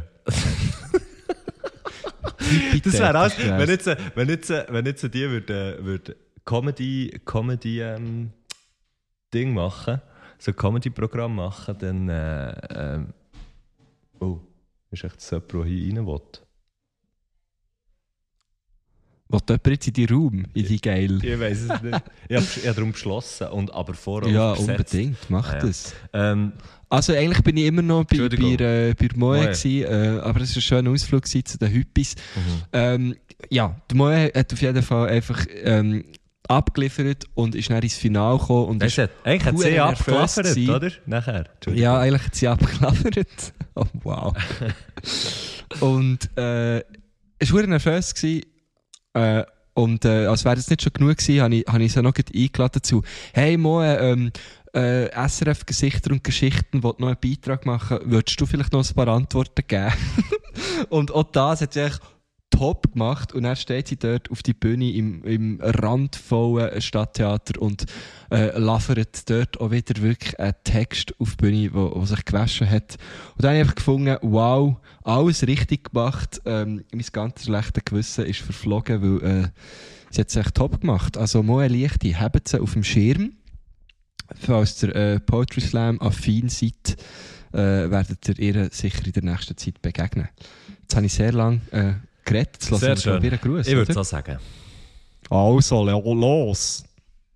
Das wäre alles, wenn jetzt, wenn jetzt, wenn jetzt die würde, würde Comedy, Comedy ähm, Ding machen, so ein Comedy-Programm machen, dann äh, ähm, oh, ist echt das jemand, der hier rein will? Wollt jemand jetzt in die Raum, in die Geil? Ich weiß es nicht. Ich habe hab darum beschlossen, und aber vorher Ja, übersetzt. unbedingt. Mach Ah, ja. das. Ähm, Also eigentlich bin ich immer noch bei, bei, Entschuldigung. äh, bei der Moe, Moe. gewesen, äh, aber es war ein schöner Ausflug gewesen zu den Hypis. mhm. Ähm, ja, die Moe hat auf jeden Fall einfach ähm, abgeliefert und ist dann ins Finale gekommen. Und Weißt du, eigentlich hat sie abgeliefert, oder? Nachher. Ja, eigentlich hat sie abgeliefert. Oh, wow. Und äh, es war nervös. Äh, und äh, als wäre das nicht schon genug gewesen, habe ich, hab ich sie noch eingeladen dazu. Hey Moe, ähm, äh, S R F-Gesichter und Geschichten, die noch einen Beitrag machen, würdest du vielleicht noch ein paar Antworten geben? Und auch das hat sie eigentlich top gemacht. Und dann steht sie dort auf die Bühne im, im randvollen Stadttheater und äh, lavert dort auch wieder wirklich einen Text auf die Bühne, wo, wo sich gewaschen hat. Und dann habe ich einfach gefunden, wow, alles richtig gemacht. Ähm, mein ganz schlechtes Gewissen ist verflogen, weil äh, sie hat es echt top gemacht. Also Moe Lichti, habt sie auf dem Schirm. Falls ihr äh, Poetry Slam affin seid, äh, werdet ihr ihr sicher in der nächsten Zeit begegnen. Jetzt habe ich sehr lange äh, geredet. Jetzt sehr lassen wir wieder einen Gruß. Ich würde es auch sagen. Also, los!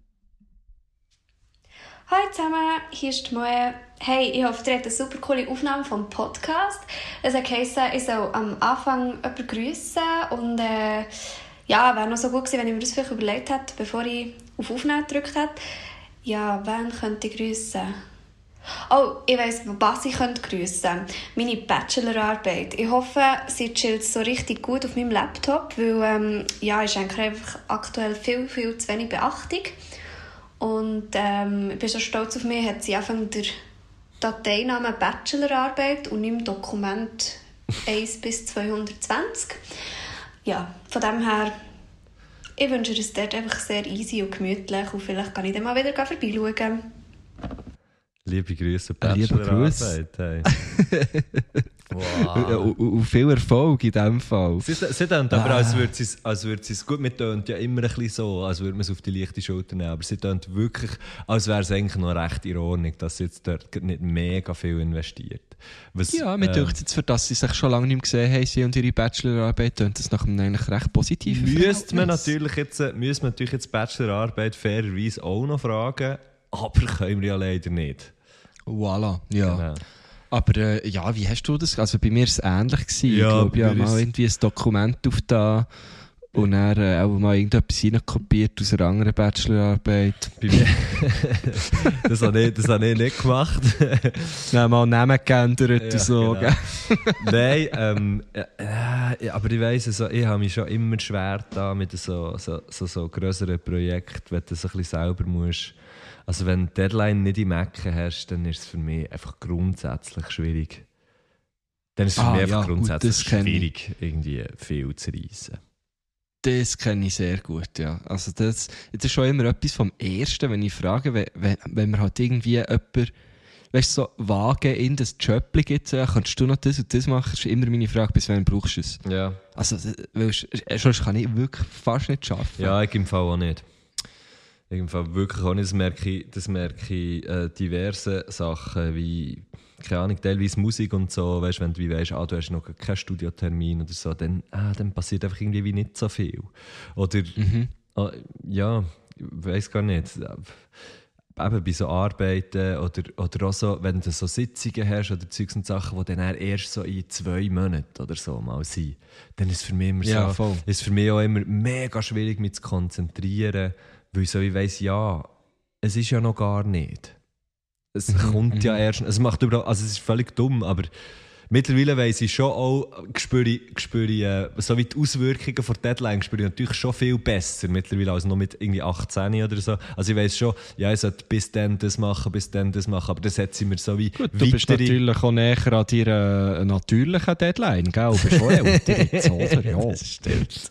Hallo zusammen, hier ist die Moe. Hey, ich hoffe, ihr habt eine super coole Aufnahme vom Podcast. Es hat geheißen, ich soll am Anfang jemanden grüssen und äh, ja, wäre noch so gut gewesen, wenn ich mir das vielleicht überlegt hätte, bevor ich auf Aufnehmen gedrückt hätte. Ja, wen könnte ich grüssen? Oh, ich weiss, was ich könnte grüssen. Meine Bachelorarbeit. Ich hoffe, sie chillt so richtig gut auf meinem Laptop, weil ähm, ja, ich schenke einfach aktuell viel, viel zu wenig Beachtung. Und ähm, ich bin so stolz auf mich, hat sie einfach der Dateinamen Bachelorarbeit und im Dokument eins bis zweihundertzwanzig. Ja, von dem her, ich wünsche es dort einfach sehr easy und gemütlich und vielleicht kann ich dann mal wieder vorbeischauen. Liebe Grüße, Liebe Bachelorarbeit. Hey. Wow. Und viel Erfolg in diesem Fall. Sie, sie tönt aber, als würde sie es, als würde sie es gut, mit tönt ja immer ein bisschen so, als würde man es auf die leichte Schulter nehmen, aber sie tönt wirklich, als wäre es eigentlich noch recht in Ordnung, dass sie jetzt dort nicht mega viel investiert. Was, ja, mir äh, denkt jetzt, für das sie sich schon lange nicht mehr gesehen haben, sie und ihre Bachelorarbeit, tönt das nach einem eigentlich recht positiven müsste man natürlich jetzt, müsste man natürlich jetzt Bachelorarbeit fairerweise auch noch fragen, aber können wir ja leider nicht. Voilà, ja. Genau. Aber äh, ja, wie hast du das? Also bei mir war es ähnlich gewesen. Ja, ich glaube, ja, mir mal ist- irgendwie ein Dokument auf da und dann äh, auch mal irgendetwas reinkopiert aus einer anderen Bachelorarbeit. Bei mir. das habe ich, das habe ich nicht gemacht. Dann mal Namen geändert Ja, und so. genau. Nein, ähm, äh, äh, aber ich weiss, also, ich habe mich schon immer schwer da mit so, so, so, so grösseren Projekten, wenn du es ein bisschen selber musst. Also wenn du die Deadline nicht im Ecken hast, dann ist es für mich einfach grundsätzlich schwierig. Dann ist es für Ah, mich einfach ja, gut, grundsätzlich das kenn ich. schwierig, irgendwie viel zu reissen. Das kenne ich sehr gut, ja. Also das, das ist schon immer etwas vom Ersten, wenn ich frage, wenn, wenn, wenn man halt irgendwie jemanden, weißt du, so vage in das Jobli gibt, so, kannst du noch das und das machen, ist immer meine Frage, bis wann brauchst du es? Ja. Also, weil, sonst kann ich wirklich fast nicht arbeiten. Ja, ich im Fall auch nicht. Ich im Fall wirklich auch nicht. Das merke ich, das merke ich äh, diverse Sachen, wie, keine Ahnung, teilweise Musik und so, weißt, wenn du wie weißt, ah, du hast noch keinen Studiotermin oder so, dann, ah, dann passiert einfach irgendwie wie nicht so viel. Oder, Mhm. ah, ja, ich weiss gar nicht. Eben bei so Arbeiten oder, oder auch so, wenn du so Sitzungen hast oder Zeugs und Sachen, die dann erst so in zwei Monaten oder so mal sind, dann ist es für mich immer Ja, so, voll. ist für mich auch immer mega schwierig, mich zu konzentrieren, weil ich so wie weiss, ja, es ist ja noch gar nicht. Es kommt ja erst, es macht überall, also es ist völlig dumm, aber mittlerweile weiss ich schon auch, spüre ich, spüre ich, äh, so wie die Auswirkungen von der Deadline spüre ich natürlich schon viel besser mittlerweile als noch mit irgendwie achtzehn oder so. Also ich weiss schon, ja, ich sollte bis dann das machen, bis dann das machen, aber das hat sie mir so wie Gut, du bist natürlich auch näher an deiner äh, natürlichen Deadline, gell? Du bist schon älter jetzt, oder? Ja. Das stimmt.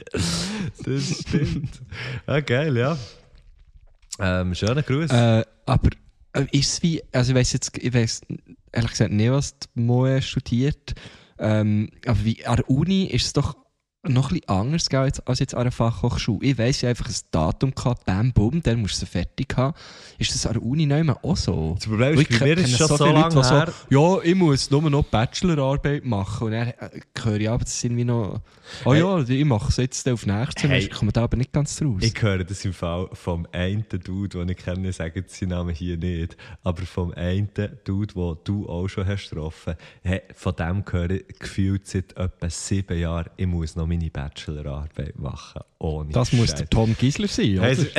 Das stimmt. Ah, geil, ja. Ähm, schöner Gruß. Äh, aber äh, ist es wie, also ich weiss jetzt, ich weiss ehrlich gesagt nicht, was die Moe studiert, ähm, aber wie an der Uni ist es doch noch ein bisschen anders gell, als als jetzt an einer Fachhochschule. Ich weiss ja einfach ein Datum gehabt, bam, bum, dann musst du es fertig haben. Ist das an der Uni nicht mehr auch so? Das Problem Weil ist, ich bei mir kenne ist es schon so viele lange Leute, die her. So, ja, ich muss nur noch Bachelorarbeit machen. Und dann äh, höre ich aber, das sind wie noch, oh Hey. ja, ich mache es jetzt auf nächstes Hey. Semester, ich komme da aber nicht ganz raus. Ich höre das im Fall vom einen Dude, den ich kenne, ich sage jetzt seinen Namen hier nicht, aber vom einen Dude, den du auch schon hast getroffen, hey, von dem höre ich gefühlt seit etwa sieben Jahren, ich muss noch meine Bachelorarbeit machen. Ohne Das muss Scheiß. der Tom Gisler sein, oder? Hey,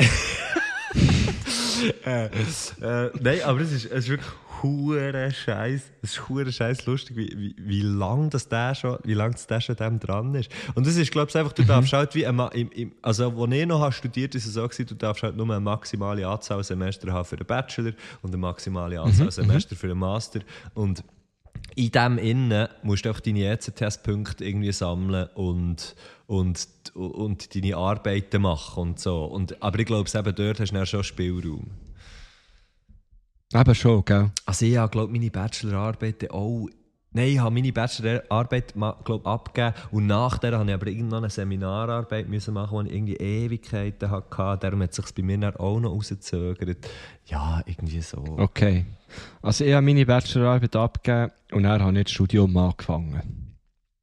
äh, äh, nein, aber es ist, es ist wirklich hure Scheiß. Es ist hure Scheiß lustig, wie, wie, wie lange das der schon, wie lange das der schon dem dran ist. Und das ist, glaube ich, einfach, du mhm. darfst halt wie ein, im, im, also als ich noch habe studiert, ist es so gewesen, du darfst halt nur eine maximale Anzahl Semester haben für den Bachelor und eine maximale Anzahl Mhm. Semester für den Master. Und in dem Innen musst du auch deine E C T S-Punkte irgendwie sammeln und, und, und deine Arbeiten machen und so. Und, aber ich glaube, eben dort hast du dann schon Spielraum. Eben schon, gell? Also ich habe, glaube meine Bachelorarbeit auch... Nein, ich habe meine Bachelorarbeit glaub, abgegeben und nachher habe ich aber irgendwann eine Seminararbeit müssen machen, die ich irgendwie Ewigkeiten hatte. Darum hat es sich bei mir dann auch noch rausgezögert. Ja, irgendwie so. Okay. Also ich habe meine Bachelorarbeit abgegeben und dann habe ich das Studium angefangen.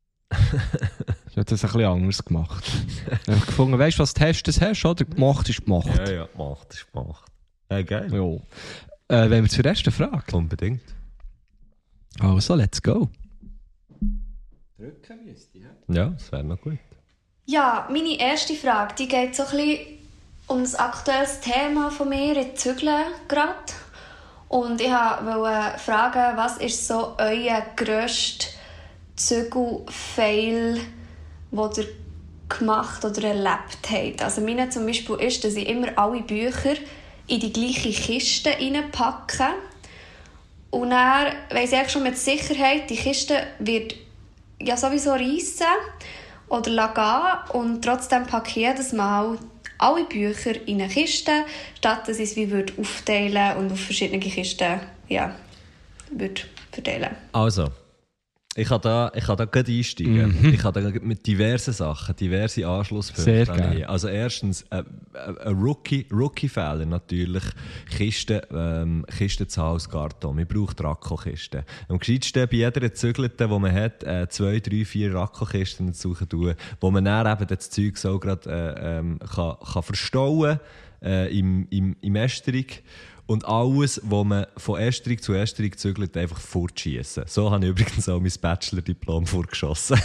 Ich habe das ein bisschen anders gemacht. Ich habe gefunden, weißt du, was du hast, das hast, oder? Gemacht ist gemacht. Ja, ja, gemacht ist gemacht. Ja, geil. Ja. Äh, wenn wir zur ersten Frage. Unbedingt. Also, let's go. Drücken müsste, ja? Ja, das wäre noch gut. Ja, meine erste Frage, die geht so ein bisschen um das aktuelles Thema von mir, ich zügle gerade. Und ich wollte fragen, was ist so euer grösster Zügel-Fail, den ihr gemacht oder erlebt habt? Also meine zum Beispiel ist, dass ich immer alle Bücher in die gleiche Kiste reinpacke. Und dann weiss ich schon mit Sicherheit, die Kiste wird ja sowieso reissen oder gehen. Und trotzdem packe ich jedes Mal alle Bücher in eine Kiste, statt dass ich es wie würde aufteilen und auf verschiedene Kisten ja, würde verteilen. Also, ich kann da, ich kann da gleich einsteigen. Mhm. Ich kann da mit diversen Sachen, diverse Anschlusspunkte. Sehr gerne. Also erstens, äh, ein Rookie, Rookie-Fehler natürlich, Kisten, ähm, Kisten zu Hause, Karton. Man braucht Rakokisten. Am gescheitsten bei jeder gezügelten, die man hat, äh, zwei, drei, vier Rakokisten dazu tun, wo man dann eben das Zeug so gerade äh, ähm, kann, kann verstauen äh, im, im, im Esterung. Und alles, was man von Ästerung zu Ästerung zügelt, einfach fortschießen. So habe ich übrigens auch mein Bachelor-Diplom vorgeschossen.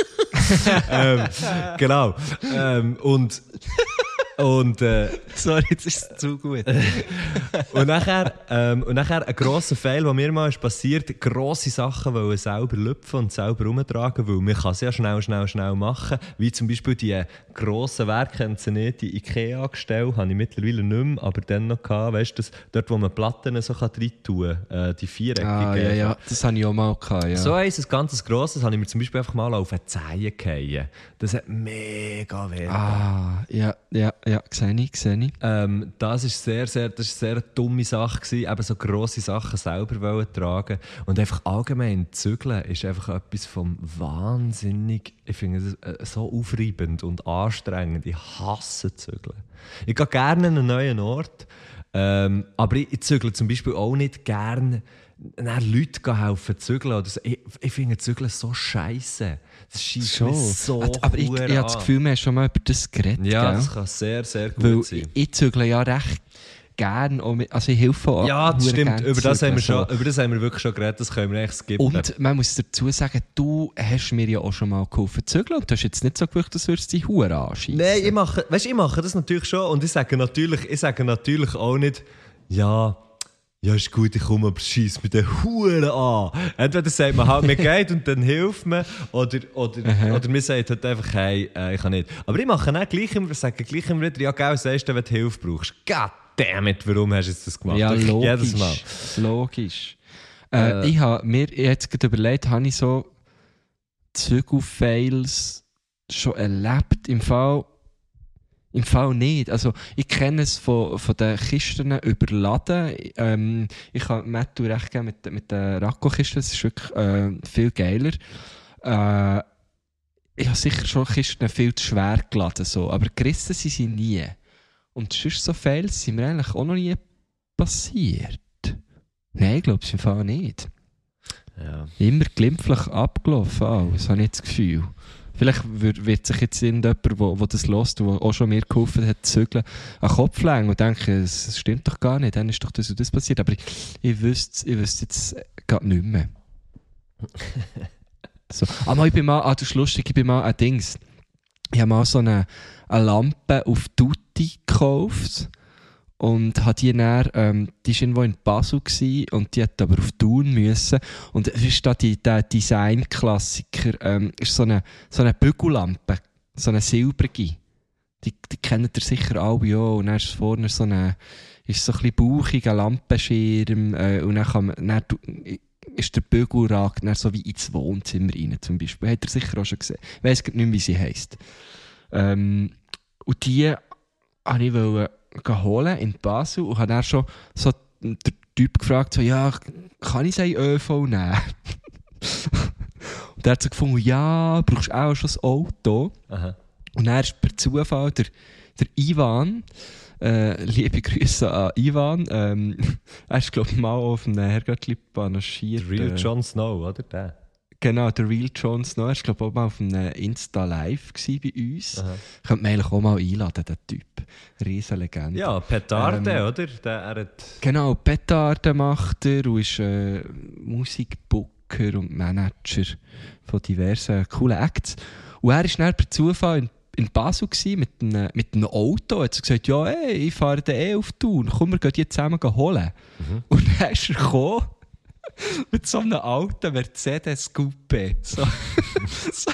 ähm, genau. Ähm, und und äh, Sorry, jetzt ist es zu gut. und nachher, ähm, und nachher ein grosser Fehler, der mir mal ist passiert, grosse Sachen wollen selber lüpfen und selber rumtragen, weil man kann es ja schnell, schnell, schnell machen. Wie zum Beispiel die grossen Werke, kennen Sie nicht, die IKEA-Gestelle, habe ich mittlerweile nicht mehr, aber dann noch gehabt, weißt du, dort wo man Platten so rein tun kann, äh, die viereckigen. Ah, ja, ja, das habe ich auch mal gehabt, ja. So eins, ein ganzes grosses, habe ich mir zum Beispiel einfach mal auf eine Zehe gefallen. Das hat mega weh. Ah, ja, ja, ja, sehe ich, sehe ich. Ähm, das ist sehr, sehr, das ist sehr eine dumme Sache gewesen, eben so grosse Sachen selber wollen tragen und einfach allgemein zügeln ist einfach etwas vom wahnsinnig, ich finde es so aufreibend und anstrengend. Ich hasse zügeln. Ich gehe gerne an einen neuen Ort, ähm, aber ich, ich zügle zum Beispiel auch nicht gerne Leute helfen zügeln oder so. Ich, ich finde zügeln so scheisse. Das scheisst mich so ah, aber ich, ich habe das Gefühl, wir haben schon mal über das geredet. Ja, gell? das kann sehr, sehr gut Weil sein. Ich, ich zügle ja recht gerne, auch mit, also ich helfe auch. Ja, das stimmt. Über das, haben wir schon, so. über das haben wir wirklich schon geredet, das können wir eigentlich skippen. Und man muss dazu sagen, du hast mir ja auch schon mal geholfen zu zügeln und du hast jetzt nicht so gewusst, dass du die Hure anschießen. Nein, ich mache, weißt, ich mache das natürlich schon und ich sage natürlich, ich sage natürlich auch nicht, ja, ja, ist gut, ich komme, aber schieß mit den Huren an. Entweder sagt man halt, mir geht und dann hilft man, oder, oder, oder mir sagt halt einfach, hey, äh, ich kann nicht. Aber ich mache dann gleich immer, sage gleich immer wieder, ja, gell, sagst du, wenn du Hilfe brauchst. Goddammit, warum hast du jetzt das gemacht? Ja, Wirklich logisch. Jedes Mal. Logisch. Äh, Äh. ich habe mir jetzt gerade überlegt, habe ich so Zügel-Fails schon erlebt? Im Fall... Im Fall nicht. Also, ich kenne es von, von den Kisten überladen. Ähm, ich kann Matthew recht geben mit, mit den Rakko-Kisten. Das ist wirklich äh, viel geiler. Äh, ich habe sicher schon Kisten viel zu schwer geladen. So. Aber gerissen sind sie nie. Und sonst so Fails sind mir eigentlich auch noch nie passiert. Nein, ich glaube es im Fall nicht. Ja. Immer glimpflich abgelaufen. Alles, habe ich das Gefühl. Vielleicht wird sich jetzt irgendjemand, der das hört, der auch schon mir geholfen hat, zu zügeln, an den Kopf legen und denken, es stimmt doch gar nicht, dann ist doch das und das passiert. Aber ich, ich wüsste ich wüsste jetzt gerade nicht mehr. So. Aber ich bin mal, ah, das ist lustig, ich bin mal ein Dings. ich habe mal so eine, eine Lampe auf Tutti gekauft und habe die dann, ähm, die war irgendwo in Basel gewesen, und die hat aber auf Thun müssen. Und es ist da die, der Design-Klassiker, ähm, ist so eine, so eine Bügellampe, so eine silbrige. Die, die kennt ihr sicher alle, ja. Und dann ist vorne so eine, ist so ein bisschen bauchiger Lampenschirm, äh, und dann kann man, dann, ist der Bügel ragt dann so wie ins Wohnzimmer rein, zum Beispiel. Habt ihr sicher auch schon gesehen. Ich weiss nicht mehr, wie sie heisst. Ähm, und die wollte ich wollte holen in Basel und habe dann schon so den Typ gefragt, so, ja, kann ich seinen ÖV nehmen? Und er hat so gefunden, ja, brauchst du auch schon das Auto? Aha. Und dann ist per Zufall der, der Ivan, äh, liebe Grüße an Ivan, ähm, er ist, glaube ich, mal auf einem Herrgöttli panaschiert. Der Real Jon Snow, oder? Der. Genau, der Real Jon Snow. Er war, glaube ich, auch mal auf einem Insta-Live bei uns. Aha. Könnte man eigentlich auch mal einladen, den Typ. Riesenlegende. Ja, Petarde, Ähm, oder? Der, er hat... Genau, Petarde macht er und ist äh, Musikbooker und Manager von diversen coolen Acts. Und er war dann per Zufall in, in Basel gewesen, mit, einem, mit einem Auto. Er hat so gesagt, ja, ey, ich fahre den eh auf Thun, komm, wir gehen die zusammen holen. Mhm. Und dann ist er gekommen mit so einem alten Mercedes Coupé. So, so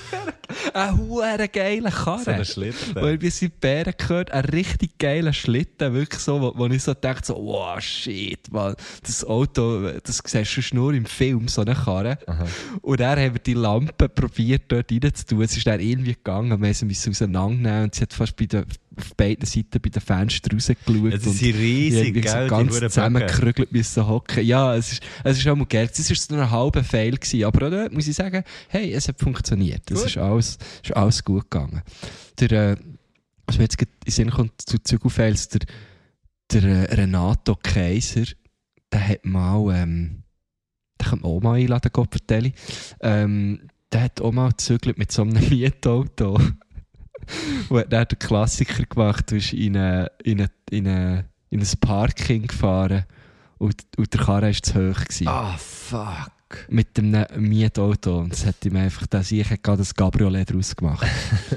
ein huere geiler Karre. So ein Schlitten. Weil wir sind Bären gehört, ein richtig geiler Schlitten, wirklich so, wo, wo ich so dachte, so, wow, shit, man, das Auto, das siehst du nur im Film, so eine Karre. Aha. Und dann haben wir die Lampe probiert, dort reinzutun. Es ist dann irgendwie gegangen, wir mussten sie auseinandernehmen und sie hat fast bei den, auf beiden Seiten bei den Fenstern rausgeschaut. Ja, sie sind riesig, gell? So ganz zusammengekrügelt müssen hocken. Ja, es ist, es ist auch mal geil. Es war so ein halber Fail gewesen, aber auch dort muss ich sagen, hey, es hat funktioniert. Es ist alles, ist alles gut gegangen. Der, äh, was mir jetzt in den Sinn kommt zu Zügelfails, der, der äh, Renato Kaiser, der hat mal, ähm, den kann man auch mal einladen, Gottverdeli. Ähm, der hat auch mal gezügelt mit so einem Mietauto. Und hat dann den Klassiker gemacht, du bist in, eine, in, eine, in, eine, in ein Parking gefahren und, und der Karre war zu hoch gewesen. Ah, oh, fuck. Mit dem Mietauto. Und das hat ihm einfach, das ich hat gerade das Cabriolet draus gemacht.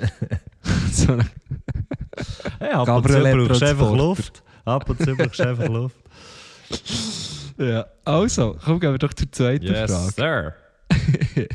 So eine hey, ab und zu brauchst du einfach Luft. Ab und zu brauchst du einfach Luft. Ja, also, komm, gehen wir doch zur zweiten yes, Frage. Sir.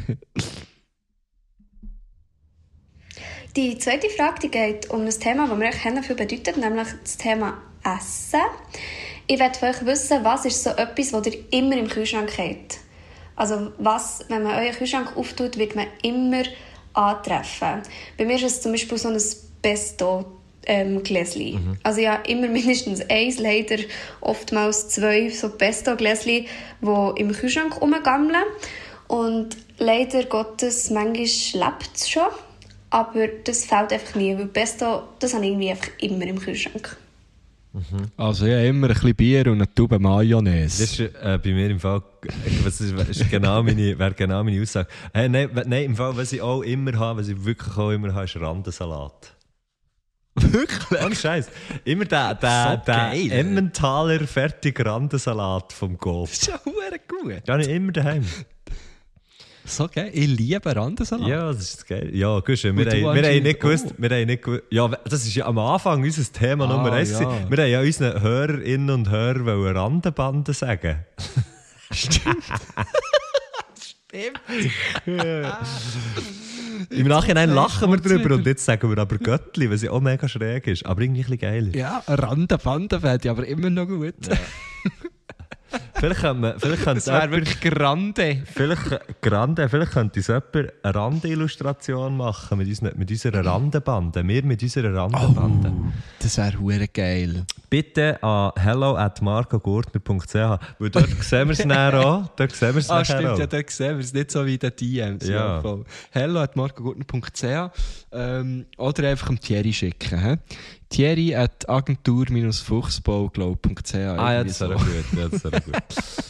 Die zweite Frage die geht um ein Thema, das mir echt viel bedeutet, nämlich das Thema Essen. Ich möchte von euch wissen, was ist so etwas, das ihr immer im Kühlschrank habt? Also was, wenn man euren Kühlschrank auftut, wird man immer antreffen. Bei mir ist es zum Beispiel so ein Pesto-Gläschen. Ähm, mhm. Also ich habe immer mindestens eins, leider oftmals zwei so Pesto-Gläschen, die im Kühlschrank rumgammeln. Und leider Gottes, manchmal lebt es schon. Aber das fällt einfach nie, weil Pesto, das habe ich irgendwie einfach immer im Kühlschrank. Mhm. Also ja, immer ein bisschen Bier und eine Tube Mayonnaise. Das ist äh, bei mir im Fall, das ist, ist genau meine, wäre genau meine Aussage. Hey, nein, nein, im Fall, was ich auch immer habe, was ich wirklich auch immer habe, ist Randensalat. Wirklich? Ohne Scheiß. Immer der, der, so der geil, Emmentaler fertige Randensalat vom Golf. Das ist ja verdammt gut. Den habe ich immer daheim. So geil. Ich liebe Randensalat. Ja, das ist geil. Ja, gut, wir, haben, wir haben nicht gewusst, oh. wir haben nicht gewusst, ja, das ist ja am Anfang unser Thema ah, Nummer eins. Ja. Wir haben ja unseren Hörerinnen und Hörern wollen Randenbanden sagen. Stimmt. Stimmt. Ja. Im Nachhinein so lachen wir drüber und jetzt sagen wir aber Göttli, was ja auch mega schräg ist, aber irgendwie ein bisschen geiler. Ja, Randenbanden fände ich aber immer noch gut. Ja. Vielleicht könnte vielleicht das wäre wirklich Grande. Vielleicht, Grande. Vielleicht könnte uns jemand eine Randillustration machen mit, unseren, mit unserer Randenbande. Wir mit unserer Randenbande. Oh, das wäre hure geil. Bitte an hello at marcogurtner punkt c h, weil dort sehen wir es näher an. Dort sehen wir es ah, stimmt, auch. Ja, dort sehen wir es. Nicht so wie der D Ms. Ja. Ja, hello at marcogurtner punkt c h ähm, oder einfach am Thierry schicken. He? Thierry at agentur fuchsbau punkt c h. Ah ja, das wäre so. Gut. Ja, das wäre gut.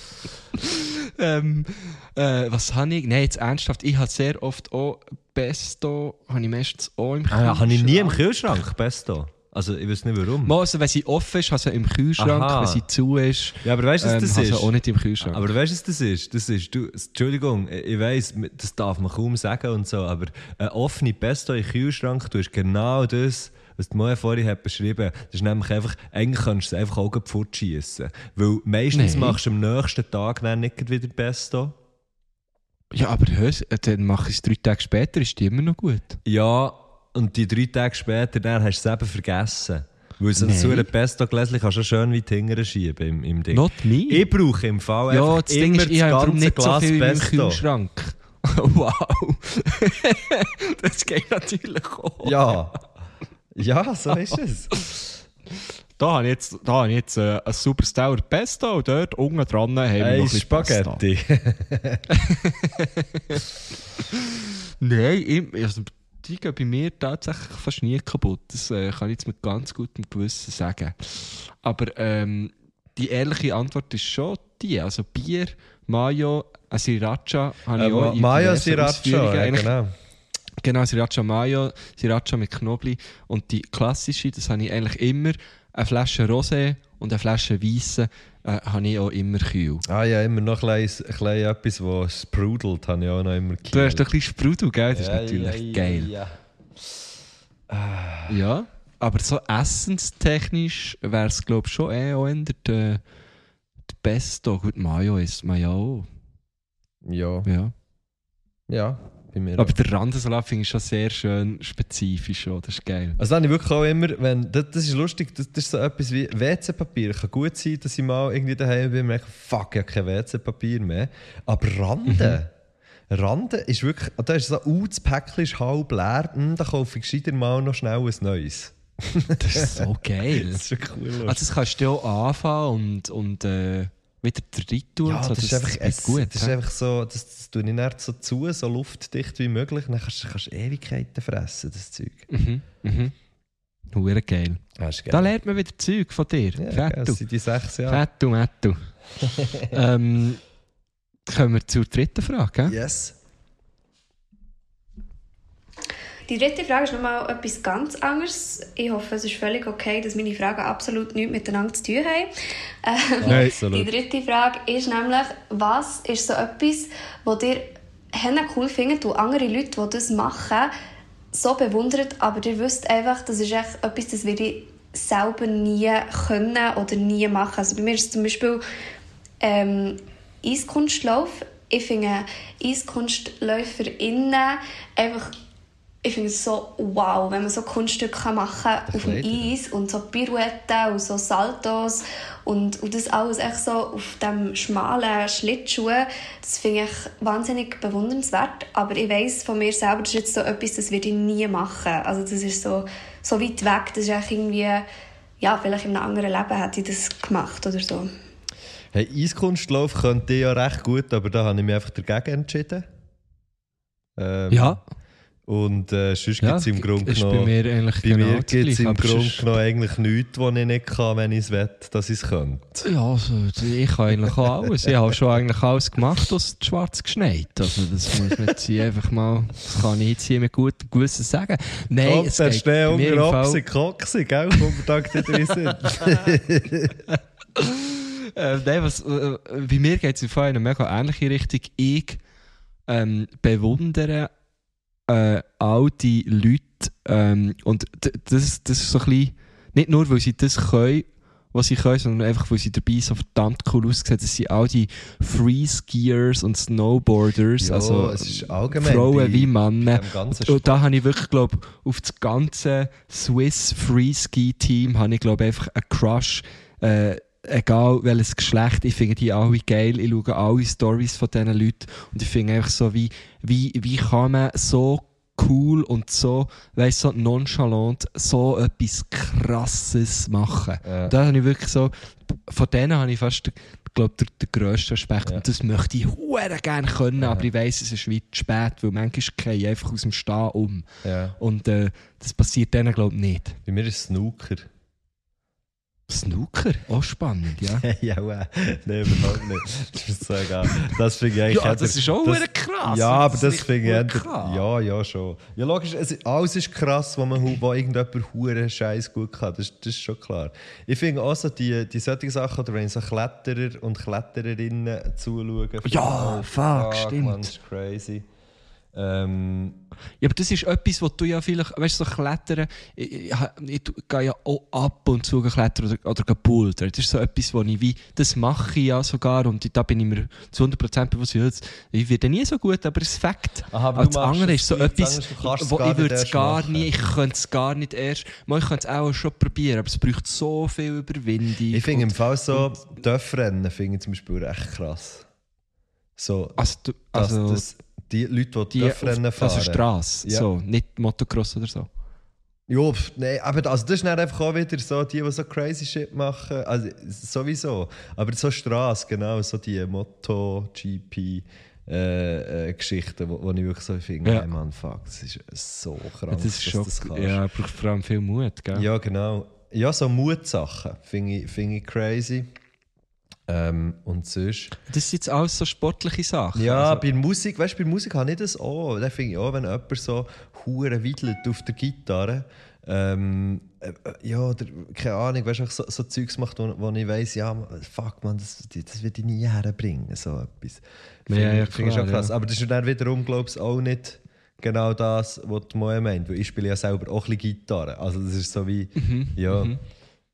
ähm, äh, was habe ich? Nein, jetzt ernsthaft. Ich habe sehr oft auch Pesto, habe ich meistens auch im Kühlschrank. Ah, habe ich nie im Kühlschrank, Pesto? Also ich weiß nicht warum. Mal, also, wenn sie offen ist, also im Kühlschrank, Aha. wenn sie zu ist. Ja, aber weißt du, was das ähm, ist? Also auch nicht im Kühlschrank. Aber weißt du, was das ist? Das ist du, Entschuldigung, ich weiss, das darf man kaum sagen und so, aber eine offene Pesto im Kühlschrank, du hast genau das, was die Moja vorhin hat beschrieben hat. Das ist nämlich einfach, eigentlich kannst du es einfach auch fortschiessen. Weil meistens Nee. machst du am nächsten Tag dann nicht wieder Pesto. Ja, aber hör's, äh, dann mache ich es drei Tage später, ist die immer noch gut. Ja, und die drei Tage später dann hast du es eben vergessen. Weil so Nein. so ein Pesto-Gläschen kannst du schon schön weit hinten schieben im, im Ding. Not me. Ich brauche im Fall Ja, einfach das Ding immer ist, ich das habe darum ganze nicht so Glas viel in meinem Pesto. Kühlschrank. Wow. Das geht natürlich auch. Ja. Ja, so ist es. Da habe ich jetzt, da habe ich jetzt äh, ein super Stellar Pesto und dort unten dran haben wir Hey, noch ein bisschen Spaghetti. Nein, ich, also, die gehen bei mir tatsächlich fast nie kaputt. Das äh, kann ich jetzt mit ganz gutem Gewissen sagen. Aber ähm, die ehrliche Antwort ist schon die. Also Bier, Mayo, ein Sriracha habe ich auch Äh, in Mayo diversen Sriracha, Ausführungen. ja, Eigentlich- genau. Genau, Sriracha Mayo, Sriracha mit Knoblauch. Und die klassische, das habe ich eigentlich immer, eine Flasche Rosé und eine Flasche Weisse äh, habe ich auch immer kühl. Ah ja, immer noch ein kleines, ein kleines etwas, das sprudelt, habe ich auch noch immer Du hast doch ein bisschen Sprudel, gell? Das ist Ja, natürlich ja, geil. Ja, Ja, aber so essenstechnisch wäre es, glaube ich, schon eh auch eher der, der Pesto. Gut, Mayo ist Mayo. ja. Ja. Ja, bei mir Aber auch. der Randensalat finde ich schon sehr schön spezifisch. Auch. Das ist geil. Also dann habe ich wirklich auch immer, wenn, das, das ist lustig, das, das ist so etwas wie W C-Papier. Es kann gut sein, dass ich mal irgendwie daheim bin und merke, fuck, ich habe kein W C-Papier mehr. Aber Randen, Randen ist wirklich, da ist so, uh, das Päckchen ist halb leer, hm, da kaufe ich gescheiter mal noch schnell ein neues. Das ist so geil. Das ist wirklich cool. Also das kannst du auch anfangen und, und äh, wieder rein tun. Ja, und so. das, ist einfach, bleibt es, gut. das ist hä? einfach so, das, das tue ich nicht so zu, so luftdicht wie möglich. Dann kannst, kannst du Ewigkeiten fressen, das Zeug. Mhm, mhm. Hure geil. Das ist geil. Da lernt man wieder Zeug von dir. Ja, geil, Fettu. das sind die sechs Jahre. Fettu, Mettu. ähm, kommen wir zur dritten Frage. Gell? Yes. Die dritte Frage ist nochmal etwas ganz anderes. Ich hoffe, es ist völlig okay, dass meine Fragen absolut nichts miteinander zu tun haben. Ähm, Nein. Die dritte Frage ist nämlich, was ist so etwas, was dir cool findet, wo andere Leute, die das machen, so bewundern, aber ihr wisst einfach, das ist echt etwas, das würde ich selber nie können oder nie machen. Also bei mir ist es zum Beispiel ähm, Eiskunstlauf. Ich finde EiskunstläuferInnen einfach, ich finde es so wow, wenn man so Kunststücke machen kann auf dem Kleider. Eis und so Pirouetten und so Saltos und, und das alles echt so auf dem schmalen Schlittschuh. Das finde ich wahnsinnig bewundernswert, aber ich weiss von mir selber, das ist jetzt so etwas, das würde ich nie machen. Also das ist so, so weit weg, das ist echt irgendwie, ja, vielleicht in einem anderen Leben hätte ich das gemacht oder so. Hey, Eiskunstlauf könnte ich ja recht gut, aber da habe ich mich einfach dagegen entschieden. Ähm, Ja, Und äh, sonst ja gibt es im Grunde ist bei genommen... mir eigentlich Bei genau mir das gibt es Gleiche, im aber Grunde sonst- genommen eigentlich nichts, was ich nicht kann, wenn ich es will, dass ich es könnte. Ja, also, ich kann eigentlich auch alles. Ich habe schon eigentlich alles gemacht, aus schwarz geschneit. Also das muss man jetzt hier einfach mal, das kann ich jetzt hier mit gutem Gewissen sagen. Nein, Ob es der geht Schnee bei mir im unter Fall- Ochse Koksi, gell? Kommt da drin sind. Äh, nein, was, äh, bei mir geht es in eine mega ähnliche Richtung. Ich ähm, bewundere äh, all die Leute ähm, und d- das, das ist so ein bisschen, nicht nur, weil sie das können, was sie können, sondern einfach, weil sie dabei so verdammt cool aussehen. Das sind all die Freeskiers und Snowboarders, Ja, also es ist allgemein Frauen bei wie Männer. dem ganzen Und da habe ich wirklich, glaube auf das ganze Swiss Freeski-Team habe ich, glaube einfach einen Crush. Äh, egal welches Geschlecht, ich finde die alle geil. Ich schaue alle Storys von diesen Leuten und ich finde einfach so, wie, wie, wie kann man so cool und so, weißt, so nonchalant so etwas Krasses machen. Ja. Da habe ich wirklich so, von denen habe ich fast, glaube den, den grössten Respekt. Ja. Und das möchte ich hure gerne können, Ja. aber ich weiss, es ist weit spät, weil manchmal gehe ich einfach aus dem Stehen um. Ja. Und äh, das passiert denen, glaube ich, nicht. Bei mir ist es Snooker. Snooker, auch spannend, ja. Ja, äh, nein, überhaupt nicht. Das ist so egal. Das finde ich eigentlich... Ja, das ist auch das, das, krass. Ja, aber das, das finde ich... echt eher- Ja, ja, schon. Ja, logisch, es, alles ist krass, wo, man, wo irgendjemand hure Scheiß gut kann. Das, das ist schon klar. Ich finde auch so die, die solchen Sachen, oder wenn ich so Kletterer und Klettererinnen zuschaue... finde ich Ja, auch, fuck, stimmt. Man, das ist crazy. Ähm, Ja, aber das ist etwas, was du ja vielleicht, weißt du, so klettern, ich, ich, ich, ich gehe ja auch ab und zu klettern oder, oder gehe bouldern. Das ist so etwas, wo ich wie, das mache ich ja sogar und da bin ich mir zu hundert Prozent bewusst, ja, ich werde nie so gut, aber es ist Fakt. Aha, aber Aber du das machst andere es ist so gleich, etwas, das andere, du kannst es wo gar ich würde nicht es erst gar machen. nicht, ich könnte es gar nicht erst, man, ich könnte es auch schon probieren, aber es braucht so viel Überwindung. ich finde im und- Fall so Dörfrennen finde ich zum Beispiel echt krass. So, Also, du, dass also das, die Leute, die die Dörfrennen auf, fahren... also Strasse, Ja. so, nicht Motocross oder so. Ja, pf, nein, aber also das ist dann einfach auch wieder so, die, die so crazy shit machen, also sowieso, aber so Straße, genau, so die Motto-G P-Geschichten, äh, äh, Geschichten, wo, wo ich wirklich so finde, Ja. hey Mann, fuck, das ist so krank, Das ist dass schon, das kannst. ja, braucht vor allem viel Mut, gell? Ja, genau. Ja, so Mutsachen finde ich, find ich crazy. Ähm, und sonst... Das sind jetzt alles so sportliche Sachen. Ja, also, bei Musik, weißt du, bei Musik habe ich das auch. Da finde ich auch, wenn jemand so hure widelt auf der Gitarre, ähm, äh, ja, oder, keine Ahnung, weißt du, so, so Zeugs macht, wo, wo ich weiss, ja, fuck man, das, das wird ich nie herbringen, so etwas. Finde Ja, ja, find ich schon klar, krass. ja. Aber das ist dann wiederum, glaube ich, auch nicht genau das, was die Moe meint, weil ich spiele ja selber auch ein bisschen Gitarre. Also das ist so wie, Mhm, ja, mhm.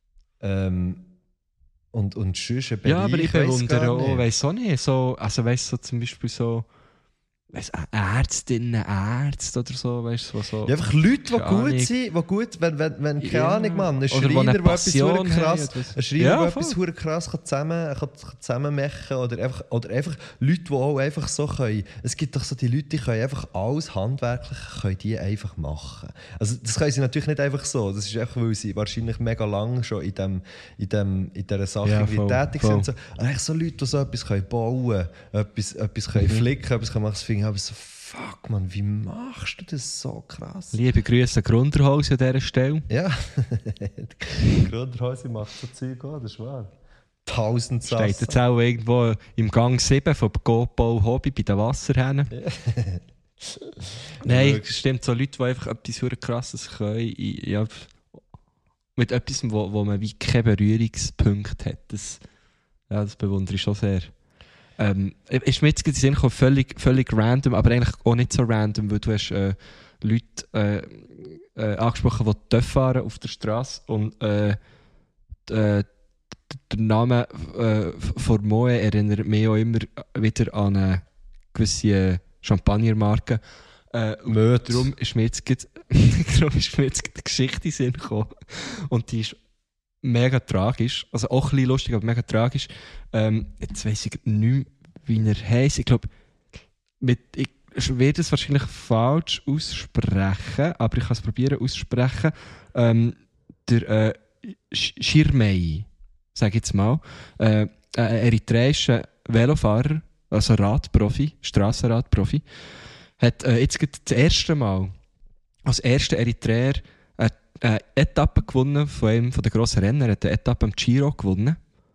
ähm, und, und sonst ein Ja, aber Bereich, ich weiss bewundere gar auch, nicht. weiss auch nicht, so, also weißt du, so zum Beispiel so, weiss, Ärztinnen, Ärzte oder so, weißt du, so... Ja, einfach Leute, die Keine gut Ahnung. sind, die gut, wenn, wenn, wenn keine Ja. Ahnung, Mann, ein Oder Schreiner, die eine der etwas Passion hure krass, haben, etwas- ein Schreiner, Ja, der voll. etwas hure krass kann zusammen, kann, kann zusammen machen oder einfach, oder einfach Leute, die auch einfach so können, es gibt doch so die Leute, die können einfach alles handwerklich, können die einfach machen. Also das können sie natürlich nicht einfach so, das ist einfach, weil sie wahrscheinlich mega lange schon in, dem, in, dem, in dieser Sache Ja, irgendwie voll, tätig voll. sind. So. Aber eigentlich so Leute, die so etwas können bauen können, etwas, etwas können Mhm. flicken, etwas können machen, das finde ich aber so, fuck man, wie machst du das so krass? Liebe Grüße an Grunderhaus an dieser Stelle. Ja, die Grundhäuser macht so Zeug auch, das ist wahr. Tausend Steht Sachen. jetzt auch irgendwo im Gang sieben vom Gopau Hobby bei den Wasserhähnen. Nein, Wirklich. stimmt, so Leute, die einfach etwas sehr krasses können, ja, mit etwas, wo, wo man wie keinen Berührungspunkt hat, das, ja, das bewundere ich schon sehr. Ähm, ist mir jetzt in den Sinn gekommen, völlig, völlig random, aber eigentlich auch nicht so random, weil du hast äh, Leute äh, äh, angesprochen, die Töff fahren auf der Straße und äh, d- äh, d- der Name äh, von Moe erinnert mich auch immer wieder an eine gewisse Champagnermarke. Äh, und Möd. darum ist mir jetzt gerade- darum ist mir jetzt gerade die Geschichte in den Sinn gekommen. Und die ist mega tragisch. Also auch ein bisschen lustig, aber mega tragisch. Ähm, jetzt weiss ich nicht mehr, wie er heisst. Ich glaube, mit, ich werde es wahrscheinlich falsch aussprechen, aber ich kann es probieren aussprechen. Ähm, der äh, Sch- Schirmei, sage ich jetzt mal, äh, ein eritreischer Velofahrer, also Radprofi, Strassenradprofi, hat äh, jetzt gerade das erste Mal als erster Eritreer eine, eine Etappe gewonnen von einem von den grossen Rennen. Er hat eine Etappe am Giro gewonnen.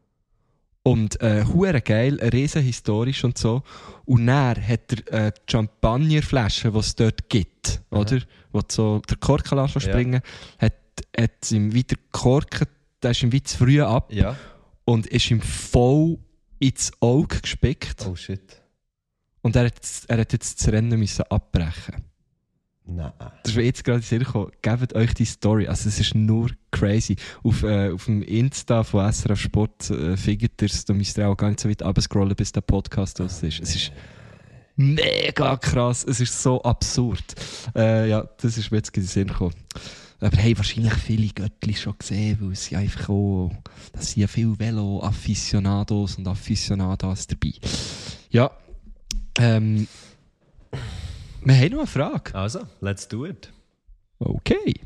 Und äh, hure geil, riesen historisch und so. Und dann hat er äh, die Champagnerflasche, die es dort gibt, Aha. oder? Wo du so der Korken lässt springen, hat, hat ihm wieder Korken, der ist ihm wie zu früh ab Ja. und ist ihm voll ins Auge gespickt. Oh shit. Und er hat, er hat jetzt das Rennen müssen abbrechen. Nein. Das ist mir jetzt gerade in den Sinn gekommen. Gebt euch die Story. Also es ist nur crazy. Auf, äh, auf dem Insta von S R F Sport äh, findet ihr es. Da müsst ihr auch gar nicht so weit runterscrollen, bis der Podcast aus ist. Es ist mega krass. Es ist so absurd. Äh, ja, das ist mir jetzt in den Sinn gekommen. Aber hey, wahrscheinlich viele Göttli schon gesehen, weil es ja einfach auch, da sind ja viele Velo-Afficionados und Afficionadas dabei. Ja, ähm, wir haben noch eine Frage. Also, let's do it. Okay.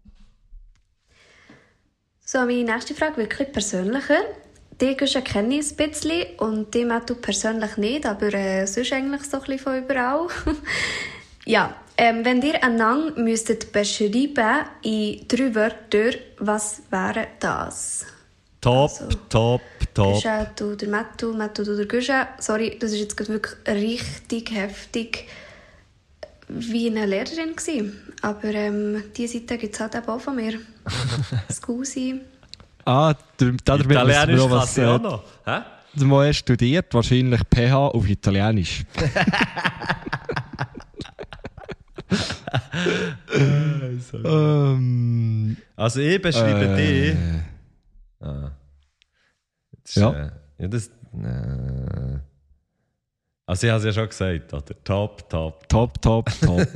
So, meine nächste Frage wirklich persönlicher. Die Guschen kenne ich ein bisschen und die Mattu persönlich nicht, aber äh, sonst eigentlich so ein bisschen von überall. Ja, ähm, wenn ihr einander müsstet beschreiben in drei Wörtern, was wäre das? Top, Also, top, top. Guschen, du der Mattu, Mattu, du der Guschen. Sorry, das ist jetzt gerade wirklich richtig heftig wie eine Lehrerin gewesen. Aber ähm, diese Seite gibt es halt eben auch von mir. Scusi. Ah, da, da damit müssen wir Italienisch noch kann was sie auch äh, noch. Hä? Du hast studiert, wahrscheinlich P H auf Italienisch. ähm, Also ich beschreibe äh, dich. Ah. Das ist, Ja. Äh, ja, das... Äh. Also ich habe es ja schon gesagt, oder? Top, top. Top, top, top.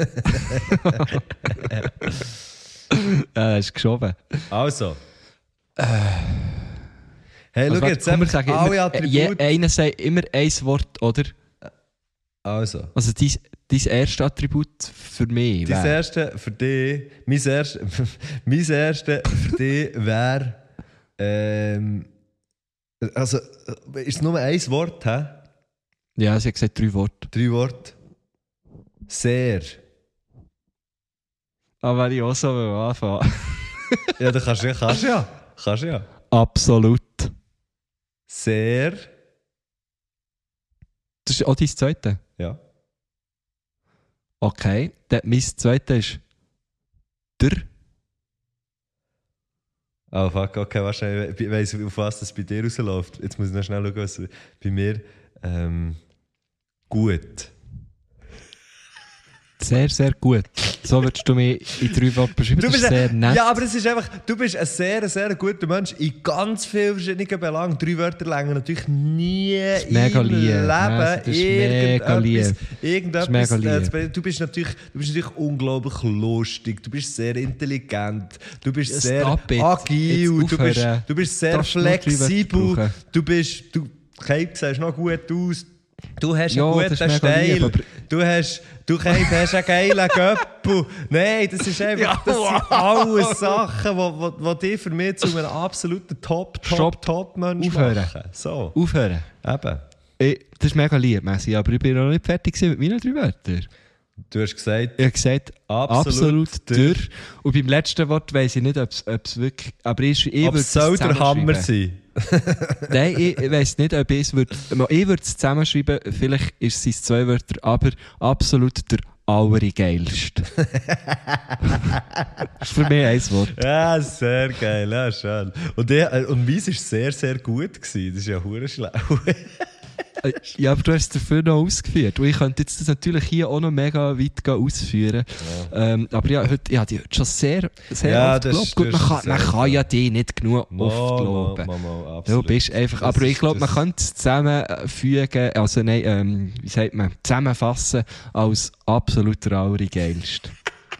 äh, ist geschoben. Also. Hey, Also, schau warte, jetzt komm, wir einfach sagen alle immer, äh, je, Attribute. einer sagt immer ein Wort, oder? Also. Also dein, dein erstes Attribut für mich Dein wär- erste für dich, mein erste, mein erste für dich wäre, ähm, also, ist es nur ein Wort, hä? Ja, sie hat gesagt drei Worte. Drei Worte. Sehr. Aber wenn ich auch so anfangen. Ja, du kannst ja, kannst ja. Kannst ja. Absolut. Sehr. Das ist auch dein zweite. Ja. Okay, dann mein zweite ist der. Oh fuck, okay, wahrscheinlich, ich weiss, auf was das bei dir rausläuft. Jetzt muss ich noch schnell schauen, was bei mir ähm, gut. Sehr, sehr gut. So würdest du mich in drei Worten beschreiben. Das ist ein- sehr nett. Ja, aber es ist einfach, du bist ein sehr, sehr guter Mensch in ganz vielen verschiedenen Belangen. Drei Wörter länger natürlich nie ist mega im lieb. Leben Merci, das ist mega lieb. irgendetwas. Das ist mega äh, lieb. zu- du bist natürlich, du bist natürlich unglaublich lustig. Du bist sehr intelligent. Du bist Ja, sehr stop it. agil. Jetzt Du bist, aufhören. du bist sehr Darfst du nur drei Wörter flexibel. brauchen? Du bist, du, Kate, siehst noch gut aus. Du hast Ja, einen das guten ist mega lieb, Style. aber- Du hast, du Kate, hast einen geilen Göppel. Nein, das ist einfach, das sind alles Sachen, die wo, wo, wo dich für mich zu einem absoluten Top, Top, Stopp. Top Mensch Aufhören. machen. So, Aufhören. eben. Ich, das ist mega lieb, Messi, aber ich bin noch nicht fertig gewesen mit meinen drei Wörtern. Du hast gesagt, Ich habe gesagt, Absolut absolut, der. durch. Und beim letzten Wort weiss ich nicht, ob es wirklich... Aber ich, ich ob würde es soll der Hammer zusammenschreiben. sein. Nein, ich, ich weiss nicht, ob ich es würde... Ich würde es zusammenschreiben, vielleicht ist es zwei Wörter, aber absolut der allergeilste. Das ist für mich ein Wort. Ja, sehr geil, ja, schön. Und, der, äh, und meins war sehr, sehr gut gewesen. Das ist ja hure schlau. Äh, Ja, aber du hast es dafür noch ausgeführt. Und ich könnte jetzt das natürlich hier auch noch mega weit gehen ausführen. Ähm, aber ja, heute, ja, die heute schon sehr, sehr Ja, oft das- gelobt. Gut, man das kann, ist man sehr kann ja dich nicht genug oft loben. Mal, mal, mal, Du absolut. bist einfach, Das aber ich ist- glaube, man das- könnte es zusammenfügen, also nein, ähm, wie sagt man, zusammenfassen als absolut der allergeilste.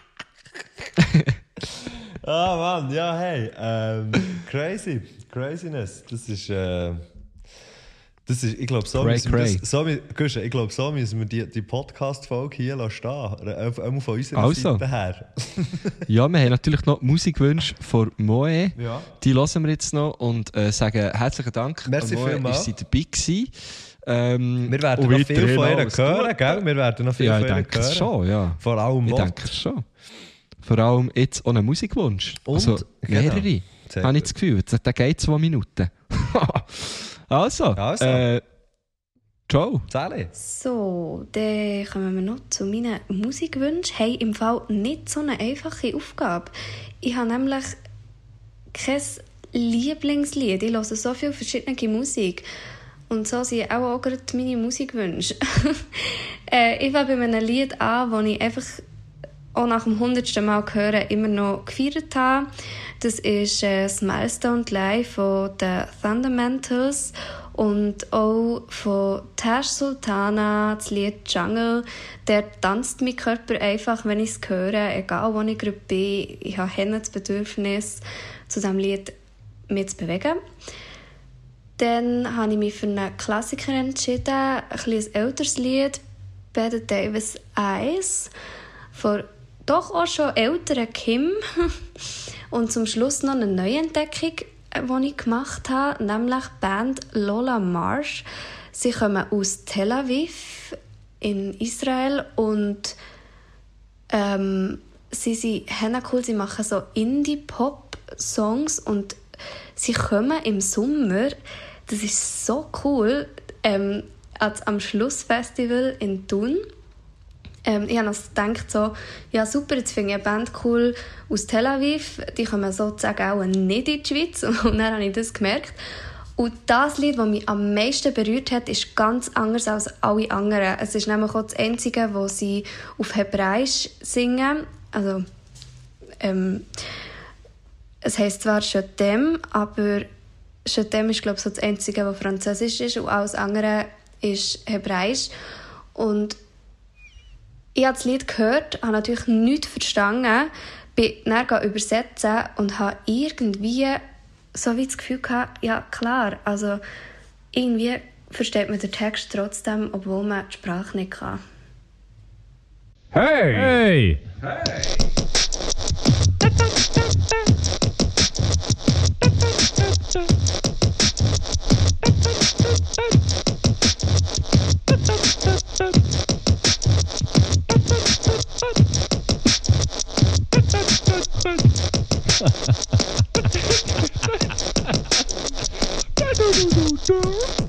Ah Mann, ja hey, ähm, crazy, craziness, das ist, äh, das ist, ich glaube so Cray, müssen wir cray. das, so, mü- Guschen, ich glaube so müssen wir die, die Podcast-Folge hier lassen stehen, auf, auf von unserer Also. Seite her. Ja, wir haben natürlich noch Musikwünsche von Moe. Ja. Die hören wir jetzt noch und äh, sagen herzlichen Dank. Merci an Moe, vielmals. ist sie dabei gewesen. Ähm, Wir werden und noch viel weiterhin von ihr alles hören, Gute. gell? Wir werden noch viel Ja, von ich ihr denke es hören. schon, ja. Vor allem Ich was. denke es schon. Vor allem jetzt auch einen Musikwunsch. Und? Also Genau. mehrere. Sehr Habe ich gut. das Gefühl. Der der geht zwei Minuten. also, Also. Äh, ciao. Sally. So, dann kommen wir noch zu meinen Musikwünschen. Hey, im Fall nicht so eine einfache Aufgabe. Ich habe nämlich kein Lieblingslied. Ich höre so viel verschiedene Musik. Und so sind auch, auch gerade meine Musikwünsche. äh, ich fange bei einem Lied an, das ich einfach auch nach dem hundertsten Mal hören immer noch gefeiert habe. Das ist äh, das Milestone Live von den Thundamentals und auch von Tash Sultana, das Lied Jungle. Der tanzt mein Körper einfach, wenn ich es höre, egal wo ich gerade bin. Ich habe Hände das Bedürfnis, zu diesem Lied mich zu bewegen. Dann habe ich mich für einen Klassiker entschieden, ein bisschen ein älteres Lied, Bette Davis Eyes, von doch auch schon älteren Kim. Und zum Schluss noch eine Neuentdeckung, die ich gemacht habe, nämlich die Band Lola Marsh. Sie kommen aus Tel Aviv in Israel und ähm, sie sind cool, sie machen so Indie-Pop-Songs und sie kommen im Sommer, das ist so cool, ähm, als am Schlussfestival in Thun. Ähm, ich habe also gedacht, so, ja super, jetzt finde ich eine Band cool aus Tel Aviv, die kommen sozusagen auch nicht in die Schweiz, und dann habe ich das gemerkt. Und das Lied, das mich am meisten berührt hat, ist ganz anders als alle anderen. Es ist nämlich auch das einzige, das sie auf Hebräisch singen. Also, ähm, es heisst zwar «Je t'aime», aber «Je t'aime» ist, glaube ich, so das einzige, das Französisch ist, und alles andere ist Hebräisch. Und ich habe das Lied gehört, habe natürlich nichts verstanden, bin dann übersetzen und habe irgendwie so wie das Gefühl gehabt, ja klar, also irgendwie versteht man den Text trotzdem, obwohl man die Sprache nicht kann. Hey! Hey! Hey! Do do do do.